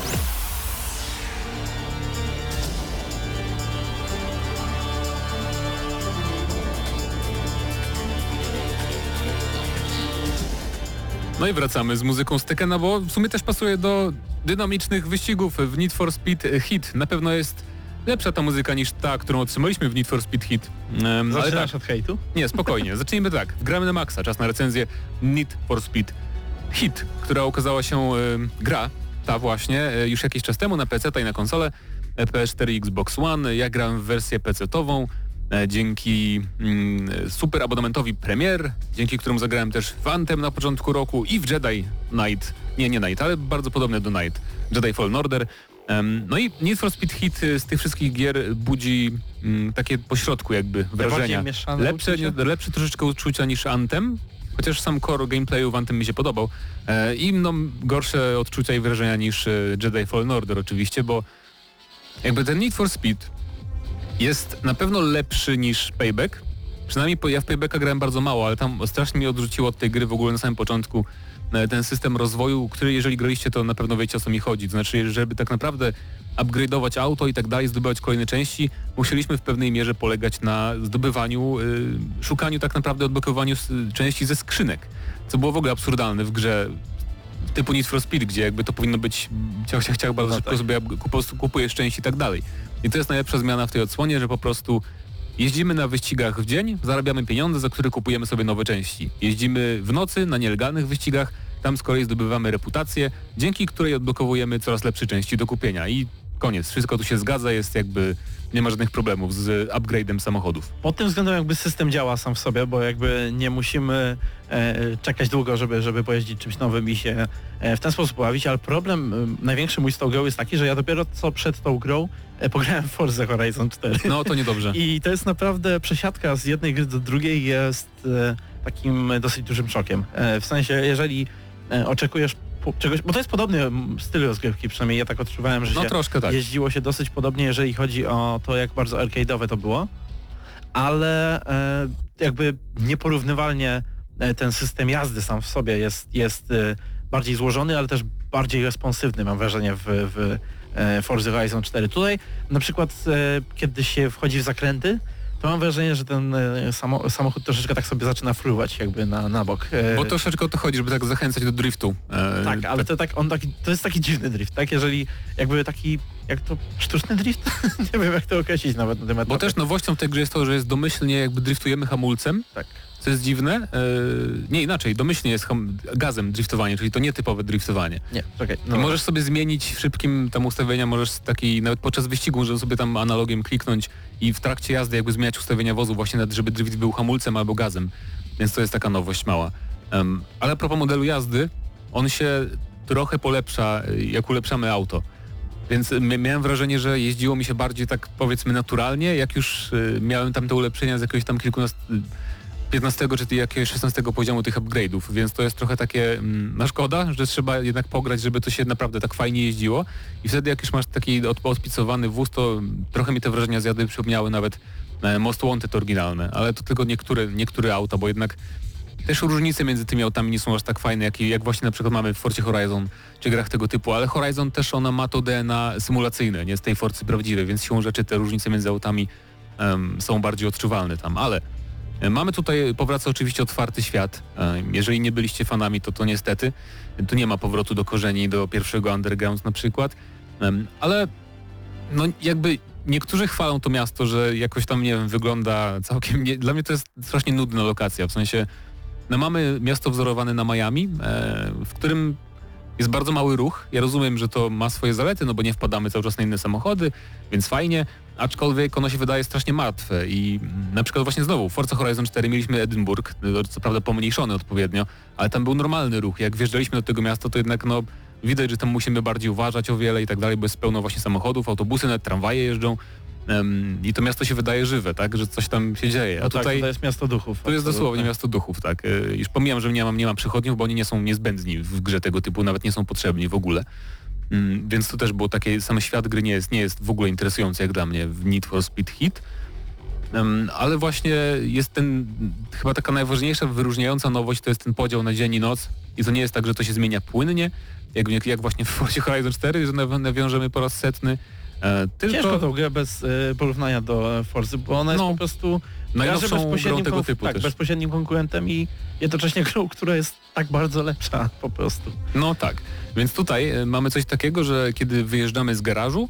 No i wracamy z muzyką z Tekena, bo w sumie też pasuje do dynamicznych wyścigów w Need for Speed Hit. Na pewno jest lepsza ta muzyka niż ta, którą otrzymaliśmy w Need for Speed Hit. Um, ale Zaczynasz tak, od hejtu? nie, spokojnie. Zacznijmy tak. Gramy na maksa. Czas na recenzję Need for Speed Hit, która okazała się e, gra, ta właśnie, e, już jakiś czas temu na P C i na konsolę, e, P S cztery, Xbox One. Ja grałem w wersję pecetową e, dzięki mm, super abonamentowi Premier, dzięki któremu zagrałem też w Anthem na początku roku i w Jedi Knight, nie, nie Knight, ale bardzo podobne do Knight, Jedi Fallen Order. Um, no i Need for Speed Hit z tych wszystkich gier budzi um, takie pośrodku jakby wrażenia. mieszane Lepsze, uczucia? nie, lepsze troszeczkę uczucia niż Anthem, chociaż sam core gameplayu w Anthem mi się podobał. E, I no, gorsze odczucia i wrażenia niż e, Jedi Fallen Order oczywiście, bo jakby ten Need for Speed jest na pewno lepszy niż Payback. Przynajmniej po, ja w Paybacka grałem bardzo mało, ale tam strasznie mi odrzuciło od tej gry w ogóle na samym początku e, ten system rozwoju, który jeżeli graliście, to na pewno wiecie, o co mi chodzi. To znaczy, żeby tak naprawdę upgrade'ować auto i tak dalej, zdobywać kolejne części, musieliśmy w pewnej mierze polegać na zdobywaniu, y, szukaniu tak naprawdę, odblokowaniu s- części ze skrzynek, co było w ogóle absurdalne w grze typu Need for Speed, gdzie jakby to powinno być, chciał, chciał, chciał bardzo No szybko tak. sobie up- po prostu kupujesz części i tak dalej. I to jest najlepsza zmiana w tej odsłonie, że po prostu jeździmy na wyścigach w dzień, zarabiamy pieniądze, za które kupujemy sobie nowe części. Jeździmy w nocy na nielegalnych wyścigach, tam z kolei zdobywamy reputację, dzięki której odblokowujemy coraz lepsze części do kupienia i koniec. Wszystko tu się zgadza, jest jakby, nie ma żadnych problemów z upgrade'em samochodów. Pod tym względem jakby system działa sam w sobie, bo jakby nie musimy e, czekać długo, żeby, żeby pojeździć czymś nowym i się e, w ten sposób bawić, ale problem e, największy mój z tą grą jest taki, że ja dopiero co przed tą grą e, pograłem w Forza Horizon cztery. No to niedobrze. I to jest naprawdę przesiadka z jednej gry do drugiej jest e, takim dosyć dużym szokiem. E, w sensie, jeżeli e, oczekujesz po, czegoś, bo to jest podobny mm, styl rozgrywki, przynajmniej ja tak odczuwałem, że No się troszkę tak. jeździło się dosyć podobnie, jeżeli chodzi o to, jak bardzo arcade'owe to było, ale e, jakby nieporównywalnie e, ten system jazdy sam w sobie jest, jest e, bardziej złożony, ale też bardziej responsywny, mam wrażenie, w, w e, Forza Horizon cztery. Tutaj na przykład, e, kiedy się wchodzi w zakręty, to mam wrażenie, że ten e, samo, samochód troszeczkę tak sobie zaczyna fruwać jakby na, na bok. E, Bo troszeczkę o to chodzi, żeby tak zachęcać do driftu. E, tak, ale to tak on taki, to jest taki dziwny drift, tak? Jeżeli jakby taki, jak to sztuczny drift? Nie wiem jak to określić nawet na tym etapie. Bo też nowością w tej grze jest to, że jest domyślnie jakby driftujemy hamulcem, tak. co jest dziwne. E, nie inaczej, domyślnie jest ham- gazem driftowanie, czyli to nietypowe driftowanie. Nie, czekaj. No. Możesz sobie zmienić w szybkim tam ustawienia, możesz taki, nawet podczas wyścigu, żeby sobie tam analogiem kliknąć i w trakcie jazdy jakby zmieniać ustawienia wozu właśnie, nawet żeby drift był hamulcem albo gazem. Więc to jest taka nowość mała. Um, ale a propos modelu jazdy, on się trochę polepsza, jak ulepszamy auto. Więc miałem wrażenie, że jeździło mi się bardziej tak powiedzmy naturalnie, jak już y, miałem tam te ulepszenia z jakiegoś tam kilkunastu, piętnastego czy jakiegoś szesnastego poziomu tych upgrade'ów, więc to jest trochę takie, mm, no szkoda, że trzeba jednak pograć, żeby to się naprawdę tak fajnie jeździło i wtedy jak już masz taki od, odpicowany wóz, to trochę mi te wrażenia z jazdy przypomniały nawet e, Most Wanted oryginalne, ale to tylko niektóre, niektóre auta, bo jednak też różnice między tymi autami nie są aż tak fajne, jak, jak właśnie na przykład mamy w Forcie Horizon czy grach tego typu, ale Horizon też ona ma to D N A symulacyjne, nie z tej Forcy prawdziwej, więc siłą rzeczy te różnice między autami um, są bardziej odczuwalne tam, ale e, mamy tutaj, powraca oczywiście otwarty świat. E, jeżeli nie byliście fanami, to to niestety, tu nie ma powrotu do korzeni, do pierwszego Underground na przykład, um, ale no jakby niektórzy chwalą to miasto, że jakoś tam, nie wiem, wygląda całkiem, nie, dla mnie to jest strasznie nudna lokacja, w sensie no mamy miasto wzorowane na Miami, e, w którym jest bardzo mały ruch. Ja rozumiem, że to ma swoje zalety, no bo nie wpadamy cały czas na inne samochody, więc fajnie, aczkolwiek ono się wydaje strasznie martwe i na przykład właśnie znowu w Forza Horizon cztery mieliśmy Edynburg, co prawda pomniejszony odpowiednio, ale tam był normalny ruch. Jak wjeżdżaliśmy do tego miasta, to jednak no widać, że tam musimy bardziej uważać o wiele i tak dalej, bo jest pełno właśnie samochodów, autobusy, nawet tramwaje jeżdżą. Um, I to miasto się wydaje żywe, tak, że coś tam się dzieje. A No tak, tutaj to jest miasto duchów. to jest dosłownie miasto duchów, tak. Y, Już pomijam, że nie mam, nie mam przechodniów, bo oni nie są niezbędni w grze tego typu, nawet nie są potrzebni w ogóle. Mm, Więc to też było takie, sam świat gry nie jest, nie jest w ogóle interesujący jak dla mnie w Need for Speed Heat. Um, ale właśnie jest ten, chyba taka najważniejsza, wyróżniająca nowość, to jest ten podział na dzień i noc. I to nie jest tak, że to się zmienia płynnie, jak, jak właśnie w Forcie Horizon cztery, że naw- nawiążemy po raz setny. E, tylko Ciężko tą grę bez y, porównania do e, Forzy, bo ona jest No, po prostu najnowszą gra, że bezpośrednim grą tego konf- typu tak, też. bezpośrednim konkurentem i jednocześnie grą, która jest tak bardzo lepsza po prostu. No tak, więc tutaj e, mamy coś takiego, że kiedy wyjeżdżamy z garażu,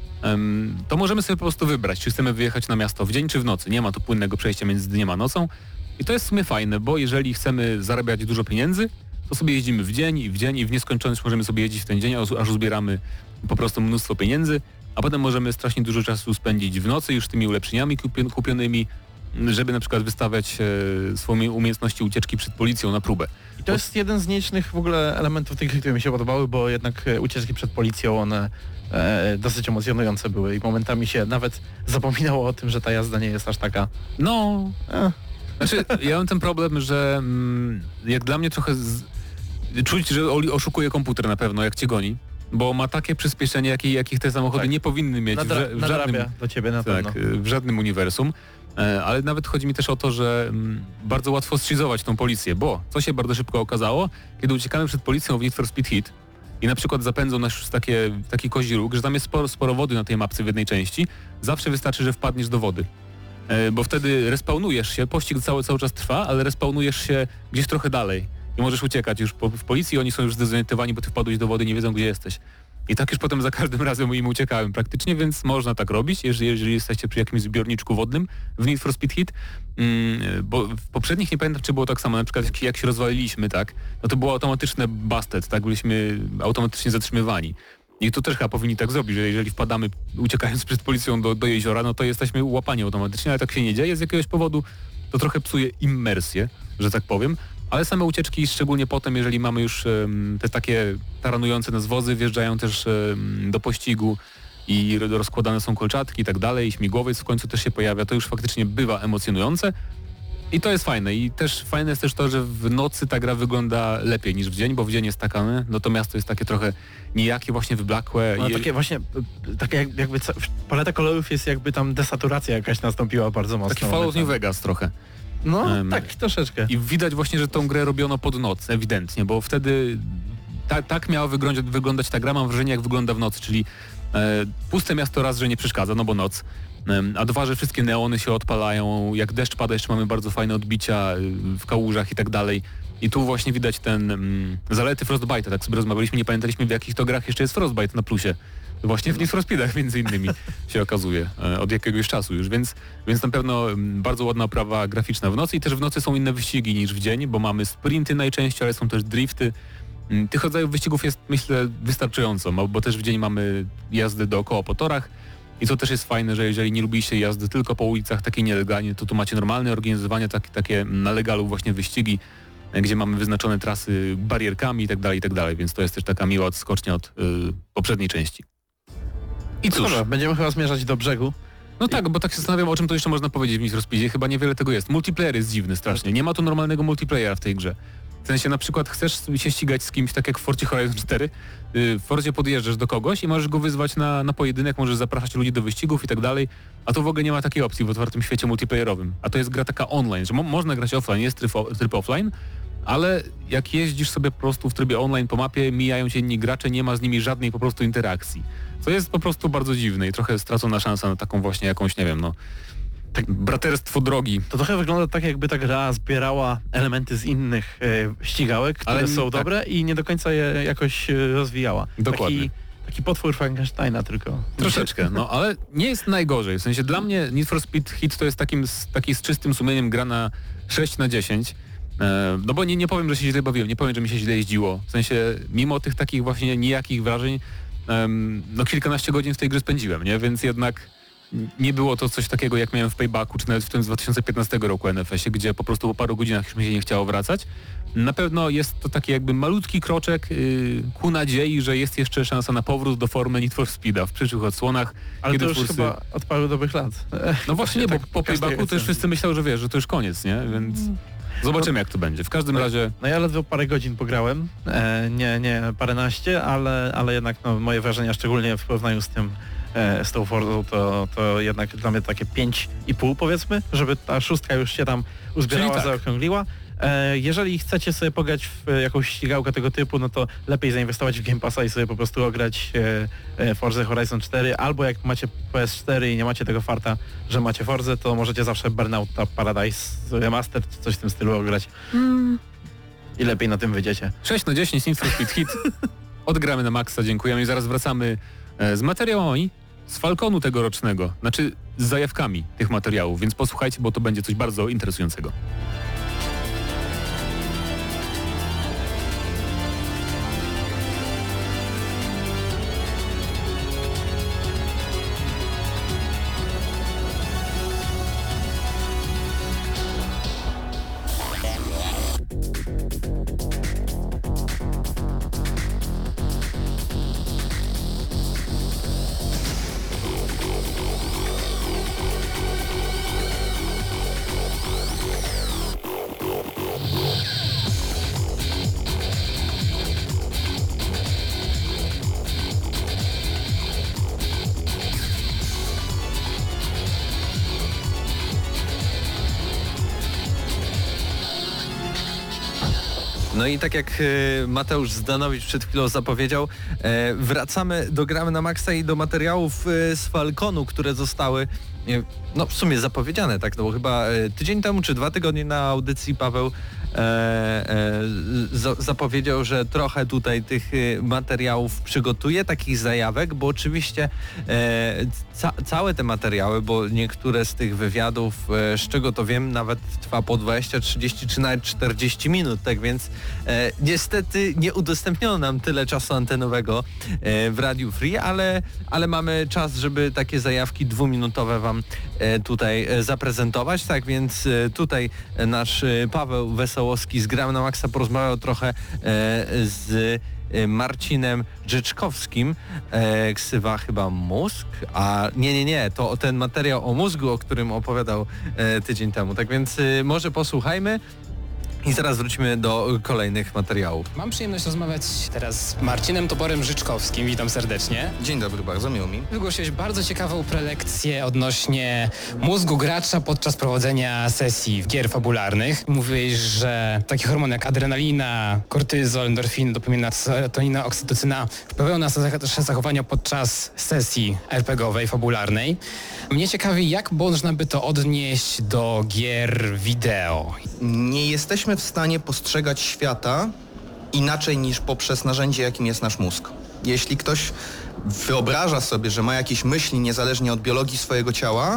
em, to możemy sobie po prostu wybrać, czy chcemy wyjechać na miasto w dzień czy w nocy. Nie ma tu płynnego przejścia między dniem a nocą i to jest w sumie fajne, bo jeżeli chcemy zarabiać dużo pieniędzy, to sobie jeździmy w dzień i w dzień i w nieskończoność możemy sobie jeździć w ten dzień, aż aż uzbieramy po prostu mnóstwo pieniędzy, a potem możemy strasznie dużo czasu spędzić w nocy już tymi ulepszeniami kupi- kupionymi, żeby na przykład wystawiać e, swoje umiejętności ucieczki przed policją na próbę. I to jest jeden z nielicznych w ogóle elementów tych, które mi się podobały, bo jednak e, ucieczki przed policją, one e, dosyć emocjonujące były i momentami się nawet zapominało o tym, że ta jazda nie jest aż taka... No, E, Znaczy, ja mam ten problem, że mm, jak dla mnie trochę z... czuć, że Oli oszukuje komputer na pewno, jak cię goni, bo ma takie przyspieszenie, jakie, jakich te samochody Tak. nie powinny mieć w, Nadra- ża- w nadrabia żadnym, do ciebie na pewno. tak, w żadnym uniwersum. E, Ale nawet chodzi mi też o to, że mm, bardzo łatwo schizować tą policję, bo co się bardzo szybko okazało, kiedy uciekamy przed policją w Need for Speed Heat i na przykład zapędzą nas już takie, taki kozi róg, że tam jest sporo, sporo wody na tej mapce w jednej części, zawsze wystarczy, że wpadniesz do wody. E, Bo wtedy respawnujesz się, pościg cały, cały czas trwa, ale respawnujesz się gdzieś trochę dalej i możesz uciekać już po, w policji, oni są już zdezorientowani, bo ty wpadłeś do wody, nie wiedzą gdzie jesteś. I tak już potem za każdym razem im uciekałem praktycznie, więc można tak robić, jeżeli, jeżeli jesteście przy jakimś zbiorniczku wodnym w Need for Speed Heat, mm, bo w poprzednich nie pamiętam, czy było tak samo, na przykład jak, jak się rozwaliliśmy, tak, no to było automatyczne busted, tak, byliśmy automatycznie zatrzymywani. I tu też chyba powinni tak zrobić, że jeżeli wpadamy uciekając przed policją do, do jeziora, no to jesteśmy łapani automatycznie, ale tak się nie dzieje z jakiegoś powodu, to trochę psuje immersję, że tak powiem. Ale same ucieczki, szczególnie potem, jeżeli mamy już um, te takie taranujące nas wozy, wjeżdżają też um, do pościgu i rozkładane są kolczatki i tak dalej, i śmigłowiec w końcu też się pojawia, to już faktycznie bywa emocjonujące i to jest fajne. I też fajne jest też to, że w nocy ta gra wygląda lepiej niż w dzień, bo w dzień jest takane, no to miasto jest takie trochę nijakie, właśnie wyblakłe. No, i... takie właśnie, takie jak, jakby ca- paleta kolorów jest jakby tam desaturacja jakaś nastąpiła bardzo mocno. Taki Fallout New Vegas trochę. No Um, tak, troszeczkę. I widać właśnie, że tą grę robiono pod noc, ewidentnie, bo wtedy ta, tak miała wyglądać, wyglądać ta gra, mam wrażenie, jak wygląda w nocy, czyli e, puste miasto raz, że nie przeszkadza, no bo noc, e, a dwa, że wszystkie neony się odpalają, jak deszcz pada, jeszcze mamy bardzo fajne odbicia e, w kałużach i tak dalej. I tu właśnie widać ten mm, zalety Frostbite'a, tak sobie rozmawialiśmy, nie pamiętaliśmy, w jakich to grach jeszcze jest Frostbite na plusie. Właśnie w Need for Speedach między innymi się okazuje e, od jakiegoś czasu już, więc, więc na pewno m, bardzo ładna oprawa graficzna w nocy i też w nocy są inne wyścigi niż w dzień, bo mamy sprinty najczęściej, ale są też drifty. M, Tych rodzajów wyścigów jest, myślę, wystarczająco, bo bo też w dzień mamy jazdy dookoła po torach i to też jest fajne, że jeżeli nie lubiliście jazdy tylko po ulicach takiej nielegalnie, to tu macie normalne organizowanie, tak, takie na legalu właśnie wyścigi, e, gdzie mamy wyznaczone trasy barierkami i tak dalej, i tak dalej, więc to jest też taka miła odskocznia od y, poprzedniej części. I cóż, Dobra, będziemy chyba zmierzać do brzegu. no tak, bo tak się zastanawiam, o czym to jeszcze można powiedzieć w Need for Speedzie. Chyba niewiele tego jest. Multiplayer jest dziwny strasznie. Nie ma tu normalnego multiplayera w tej grze. W sensie na przykład chcesz się ścigać z kimś, tak jak w Forcie Horizon cztery, w Forcie podjeżdżasz do kogoś i możesz go wyzwać na, na pojedynek, możesz zapraszać ludzi do wyścigów i tak dalej, a tu w ogóle nie ma takiej opcji w otwartym świecie multiplayerowym. A to jest gra taka online, że mo można grać offline, jest tryb, tryb offline, ale jak jeździsz sobie po prostu w trybie online po mapie, mijają cię inni gracze, nie ma z nimi żadnej po prostu interakcji. Co jest po prostu bardzo dziwne i trochę stracona szansa na taką właśnie jakąś, nie wiem, no, tak braterstwo drogi. To trochę wygląda tak, jakby ta gra zbierała elementy z innych e, ścigałek, które Ale są tak. dobre i nie do końca je jakoś e, rozwijała. Dokładnie. Taki, taki potwór Frankensteina tylko. Troszeczkę, no ale nie jest najgorzej. W sensie dla mnie Need for Speed Heat to jest takim, z- taki z czystym sumieniem gra na sześć na dziesięć. E, no bo nie, nie powiem, że się źle bawiłem, nie powiem, że mi się źle jeździło. W sensie mimo tych takich właśnie nijakich wrażeń, em, no kilkanaście godzin w tej grze spędziłem, nie? Więc jednak nie było to coś takiego, jak miałem w Paybacku, czy nawet w tym z dwa tysiące piętnastego roku N F S ie, gdzie po prostu po paru godzinach już mi się nie chciało wracać. Na pewno jest to taki jakby malutki kroczek yy, ku nadziei, że jest jeszcze szansa na powrót do formy Need for Speeda w przyszłych odsłonach. Ale kiedy to już twórcy... chyba od paru dobrych lat. No właśnie nie, bo tak po każdej Paybacku to już recenzji. wszyscy myślą, że wiesz, że to już koniec, nie? Więc zobaczymy jak to będzie. W każdym razie... No ja ledwo parę godzin pograłem, e, nie, nie paręnaście, ale, ale jednak no, moje wrażenia, szczególnie w porównaniu z tym, e, z tą Forzą, to, to jednak dla mnie takie pięć i pół powiedzmy, żeby ta szóstka już się tam uzbierała, Czyli tak. zaokrągliła. E, jeżeli chcecie sobie pograć w jakąś ścigałkę tego typu, no to lepiej zainwestować w Game Passa i sobie po prostu ograć e, e, Forza Horizon cztery, albo jak macie P S cztery i nie macie tego farta, że macie Forzę, to możecie zawsze Burnout Paradise Remastered czy coś w tym stylu ograć. I lepiej na tym wyjdziecie. sześć na dziesięć Need for Speed Hit. Odgramy na maksa, dziękujemy i zaraz wracamy e, z materiałami z Falconu tegorocznego, znaczy z zajawkami tych materiałów, więc posłuchajcie, bo to będzie coś bardzo interesującego. No i tak jak e, Mateusz Zdanowicz przed chwilą zapowiedział, e, wracamy do Gramy na Maxa i do materiałów e, z Falconu, które zostały e, no w sumie zapowiedziane, tak, no bo chyba e, tydzień temu czy dwa tygodnie na audycji Paweł e, e, za, zapowiedział, że trochę tutaj tych e, materiałów przygotuje, takich zajawek, bo oczywiście e, ca, całe te materiały, bo niektóre z tych wywiadów, e, z czego to wiem, nawet trwa po dwadzieścia, trzydzieści czy nawet czterdzieści minut, tak więc e, niestety nie udostępniono nam tyle czasu antenowego e, w Radiu Free, ale, ale mamy czas, żeby takie zajawki dwuminutowe wam e, tutaj e, zaprezentować, tak więc e, tutaj e, nasz e, Paweł Wesołowski z Gramy na Maxa porozmawiał trochę e, z e, Marcinem Rzeczkowskim, e, ksywa chyba Mózg, a nie, nie, nie, to ten materiał o mózgu, o którym opowiadał e, tydzień temu, tak więc e, może posłuchajmy. I zaraz wrócimy do kolejnych materiałów. Mam przyjemność rozmawiać teraz z Marcinem Toporem Życzkowskim. Witam serdecznie. Dzień dobry, bardzo miło mi. Wygłosiłeś bardzo ciekawą prelekcję odnośnie mózgu gracza podczas prowadzenia sesji gier fabularnych. Mówiłeś, że takie hormony jak adrenalina, kortyzol, endorfiny, dopamina, serotonina, oksytocyna wpływają na nasze zachowania podczas sesji er pe gie owej, fabularnej. Mnie ciekawi, jak można by to odnieść do gier wideo. Nie jesteśmy w stanie postrzegać świata inaczej niż poprzez narzędzie, jakim jest nasz mózg. Jeśli ktoś wyobraża sobie, że ma jakieś myśli niezależnie od biologii swojego ciała,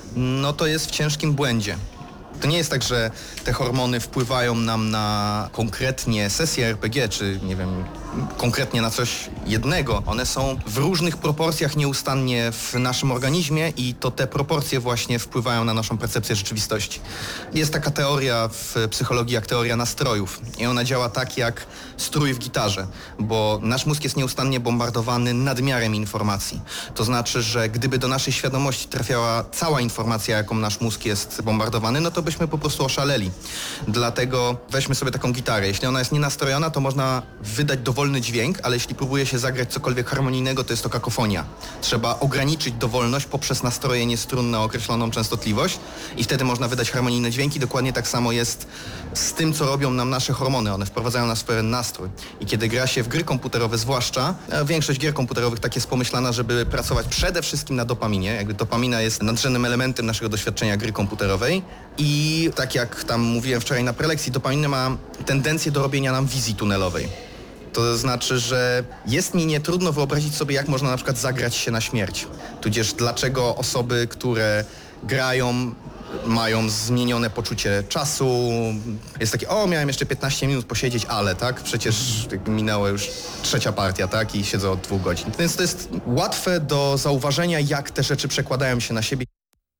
no to jest w ciężkim błędzie. To nie jest tak, że te hormony wpływają nam na konkretnie sesję er pe gie, czy nie wiem, konkretnie na coś jednego. One są w różnych proporcjach nieustannie w naszym organizmie i to te proporcje właśnie wpływają na naszą percepcję rzeczywistości. Jest taka teoria w psychologii jak teoria nastrojów i ona działa tak jak strój w gitarze, bo nasz mózg jest nieustannie bombardowany nadmiarem informacji. To znaczy, że gdyby do naszej świadomości trafiała cała informacja, jaką nasz mózg jest bombardowany, no to byśmy po prostu oszaleli. Dlatego weźmy sobie taką gitarę. Jeśli ona jest nienastrojona, to można wydać dowolny dźwięk, ale jeśli próbuje się zagrać cokolwiek harmonijnego, to jest to kakofonia. Trzeba ograniczyć dowolność poprzez nastrojenie strun na określoną częstotliwość i wtedy można wydać harmonijne dźwięki. Dokładnie tak samo jest z tym, co robią nam nasze hormony. One wprowadzają nas w pewien nastrój. I kiedy gra się w gry komputerowe zwłaszcza, a większość gier komputerowych tak jest pomyślana, żeby pracować przede wszystkim na dopaminie. Jakby dopamina jest nadrzędnym elementem naszego doświadczenia gry komputerowej i tak jak tam mówiłem wczoraj na prelekcji, dopamina ma tendencję do robienia nam wizji tunelowej. To znaczy, że jest mi nietrudno wyobrazić sobie, jak można na przykład zagrać się na śmierć. Tudzież dlaczego osoby, które grają, mają zmienione poczucie czasu. Jest takie, o, miałem jeszcze piętnaście minut posiedzieć, ale, tak? Przecież minęła już trzecia partia, tak? I siedzę od dwóch godzin. Więc to jest łatwe do zauważenia, jak te rzeczy przekładają się na siebie.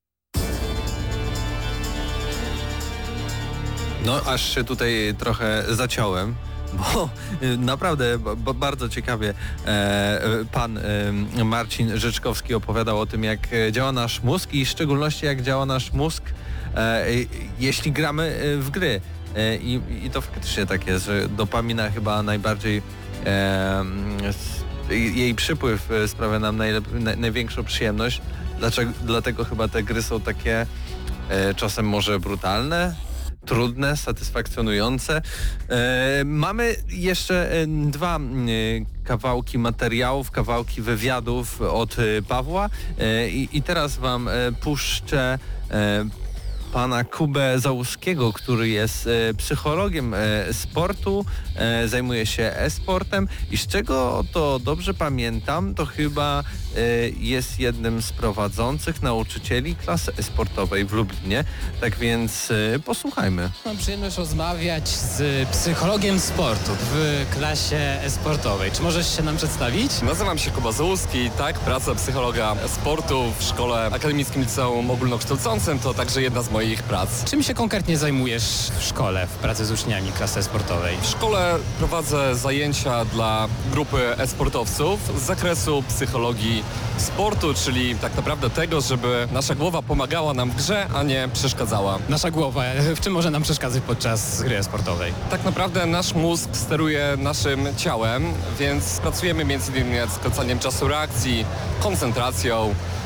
No aż się tutaj trochę zaciąłem, bo y, naprawdę b- bardzo ciekawie e, pan e, Marcin Rzeczkowski opowiadał o tym, jak działa nasz mózg i w szczególności jak działa nasz mózg, e, jeśli gramy w gry. E, i, I to faktycznie tak jest, że dopamina chyba najbardziej e, jej przypływ sprawia nam najlep- na, największą przyjemność. Dlaczego, dlatego chyba te gry są takie e, czasem może brutalne, trudne, satysfakcjonujące. E, mamy jeszcze e, dwa e, kawałki materiałów, kawałki wywiadów od e, Pawła e, i, i teraz wam e, puszczę e, pana Kubę Załuskiego, który jest e, psychologiem e, sportu, e, zajmuje się e-sportem i z czego to dobrze pamiętam, to chyba e, jest jednym z prowadzących nauczycieli klasy e-sportowej w Lublinie. Tak więc e, posłuchajmy. Mam przyjemność rozmawiać z psychologiem sportu w klasie e-sportowej. Czy możesz się nam przedstawić? Nazywam się Kuba Załuski, tak, praca psychologa sportu w Szkole Akademickim Liceum Ogólnokształcącym to także jedna z moich prac. Czym się konkretnie zajmujesz w szkole, w pracy z uczniami klasy sportowej? W szkole prowadzę zajęcia dla grupy e-sportowców z zakresu psychologii sportu, czyli tak naprawdę tego, żeby nasza głowa pomagała nam w grze, a nie przeszkadzała. Nasza głowa, w czym może nam przeszkadzać podczas gry sportowej? Tak naprawdę nasz mózg steruje naszym ciałem, więc pracujemy między innymi nad skracaniem czasu reakcji, koncentracją,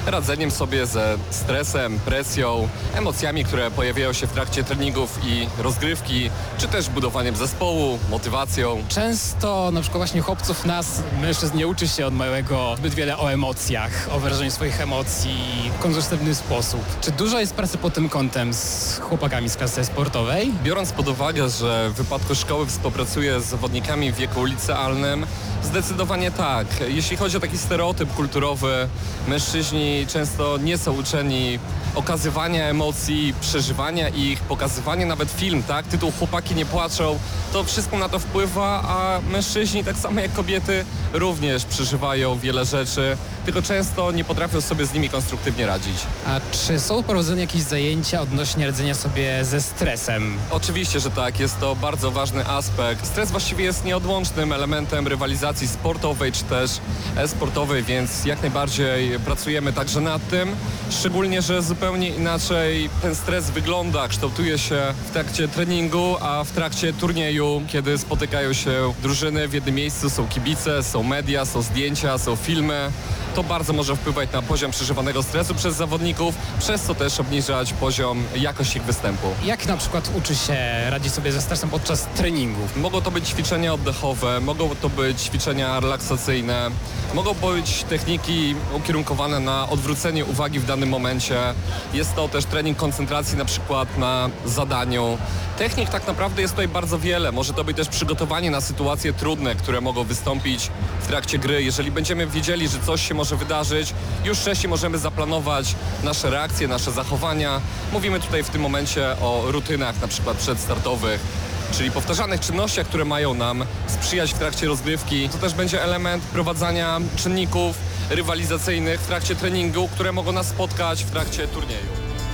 radzeniem sobie ze stresem, presją, emocjami, które pojawiają się w trakcie treningów i rozgrywki, czy też budowaniem zespołu, motywacją. Często na przykład właśnie chłopców nas, mężczyzn, nie uczy się od małego zbyt wiele o emocjach, o wyrażeniu swoich emocji w konstruktywny sposób. Czy dużo jest pracy pod tym kątem z chłopakami z klasy sportowej? Biorąc pod uwagę, że w wypadku szkoły współpracuję z zawodnikami w wieku licealnym, zdecydowanie tak. Jeśli chodzi o taki stereotyp kulturowy, mężczyźni często nie są uczeni okazywania emocji, przeżywania ich, pokazywania nawet film, tak? Tytuł Chłopaki nie płaczą, to wszystko na to wpływa, a mężczyźni, tak samo jak kobiety, również przeżywają wiele rzeczy, tylko często nie potrafią sobie z nimi konstruktywnie radzić. A czy są prowadzone jakieś zajęcia odnośnie radzenia sobie ze stresem? Oczywiście, że tak. Jest to bardzo ważny aspekt. Stres właściwie jest nieodłącznym elementem rywalizacji sportowej czy też e-sportowej, więc jak najbardziej pracujemy także nad tym. Szczególnie, że zupełnie inaczej ten stres wygląda, kształtuje się w trakcie treningu, a w trakcie turnieju, kiedy spotykają się drużyny w jednym miejscu, są kibice, są media, są zdjęcia, są filmy. To bardzo może wpływać na poziom przeżywanego stresu przez zawodników, przez co też obniżać poziom, jakość ich występu. Jak na przykład uczy się radzić sobie ze stresem podczas treningów? Mogą to być ćwiczenia oddechowe, mogą to być ćwiczenia relaksacyjne, mogą być techniki ukierunkowane na odwrócenie uwagi w danym momencie. Jest to też trening koncentracji na przykład na zadaniu. Technik tak naprawdę jest tutaj bardzo wiele. Może to być też przygotowanie na sytuacje trudne, które mogą wystąpić w trakcie gry. Jeżeli będziemy wiedzieli, że coś się może wydarzyć, już wcześniej możemy zaplanować nasze reakcje, nasze zachowania. Mówimy tutaj w tym momencie o rutynach na przykład przedstartowych, czyli powtarzanych czynnościach, które mają nam sprzyjać w trakcie rozgrywki. To też będzie element wprowadzania czynników rywalizacyjnych w trakcie treningu, które mogą nas spotkać w trakcie turnieju.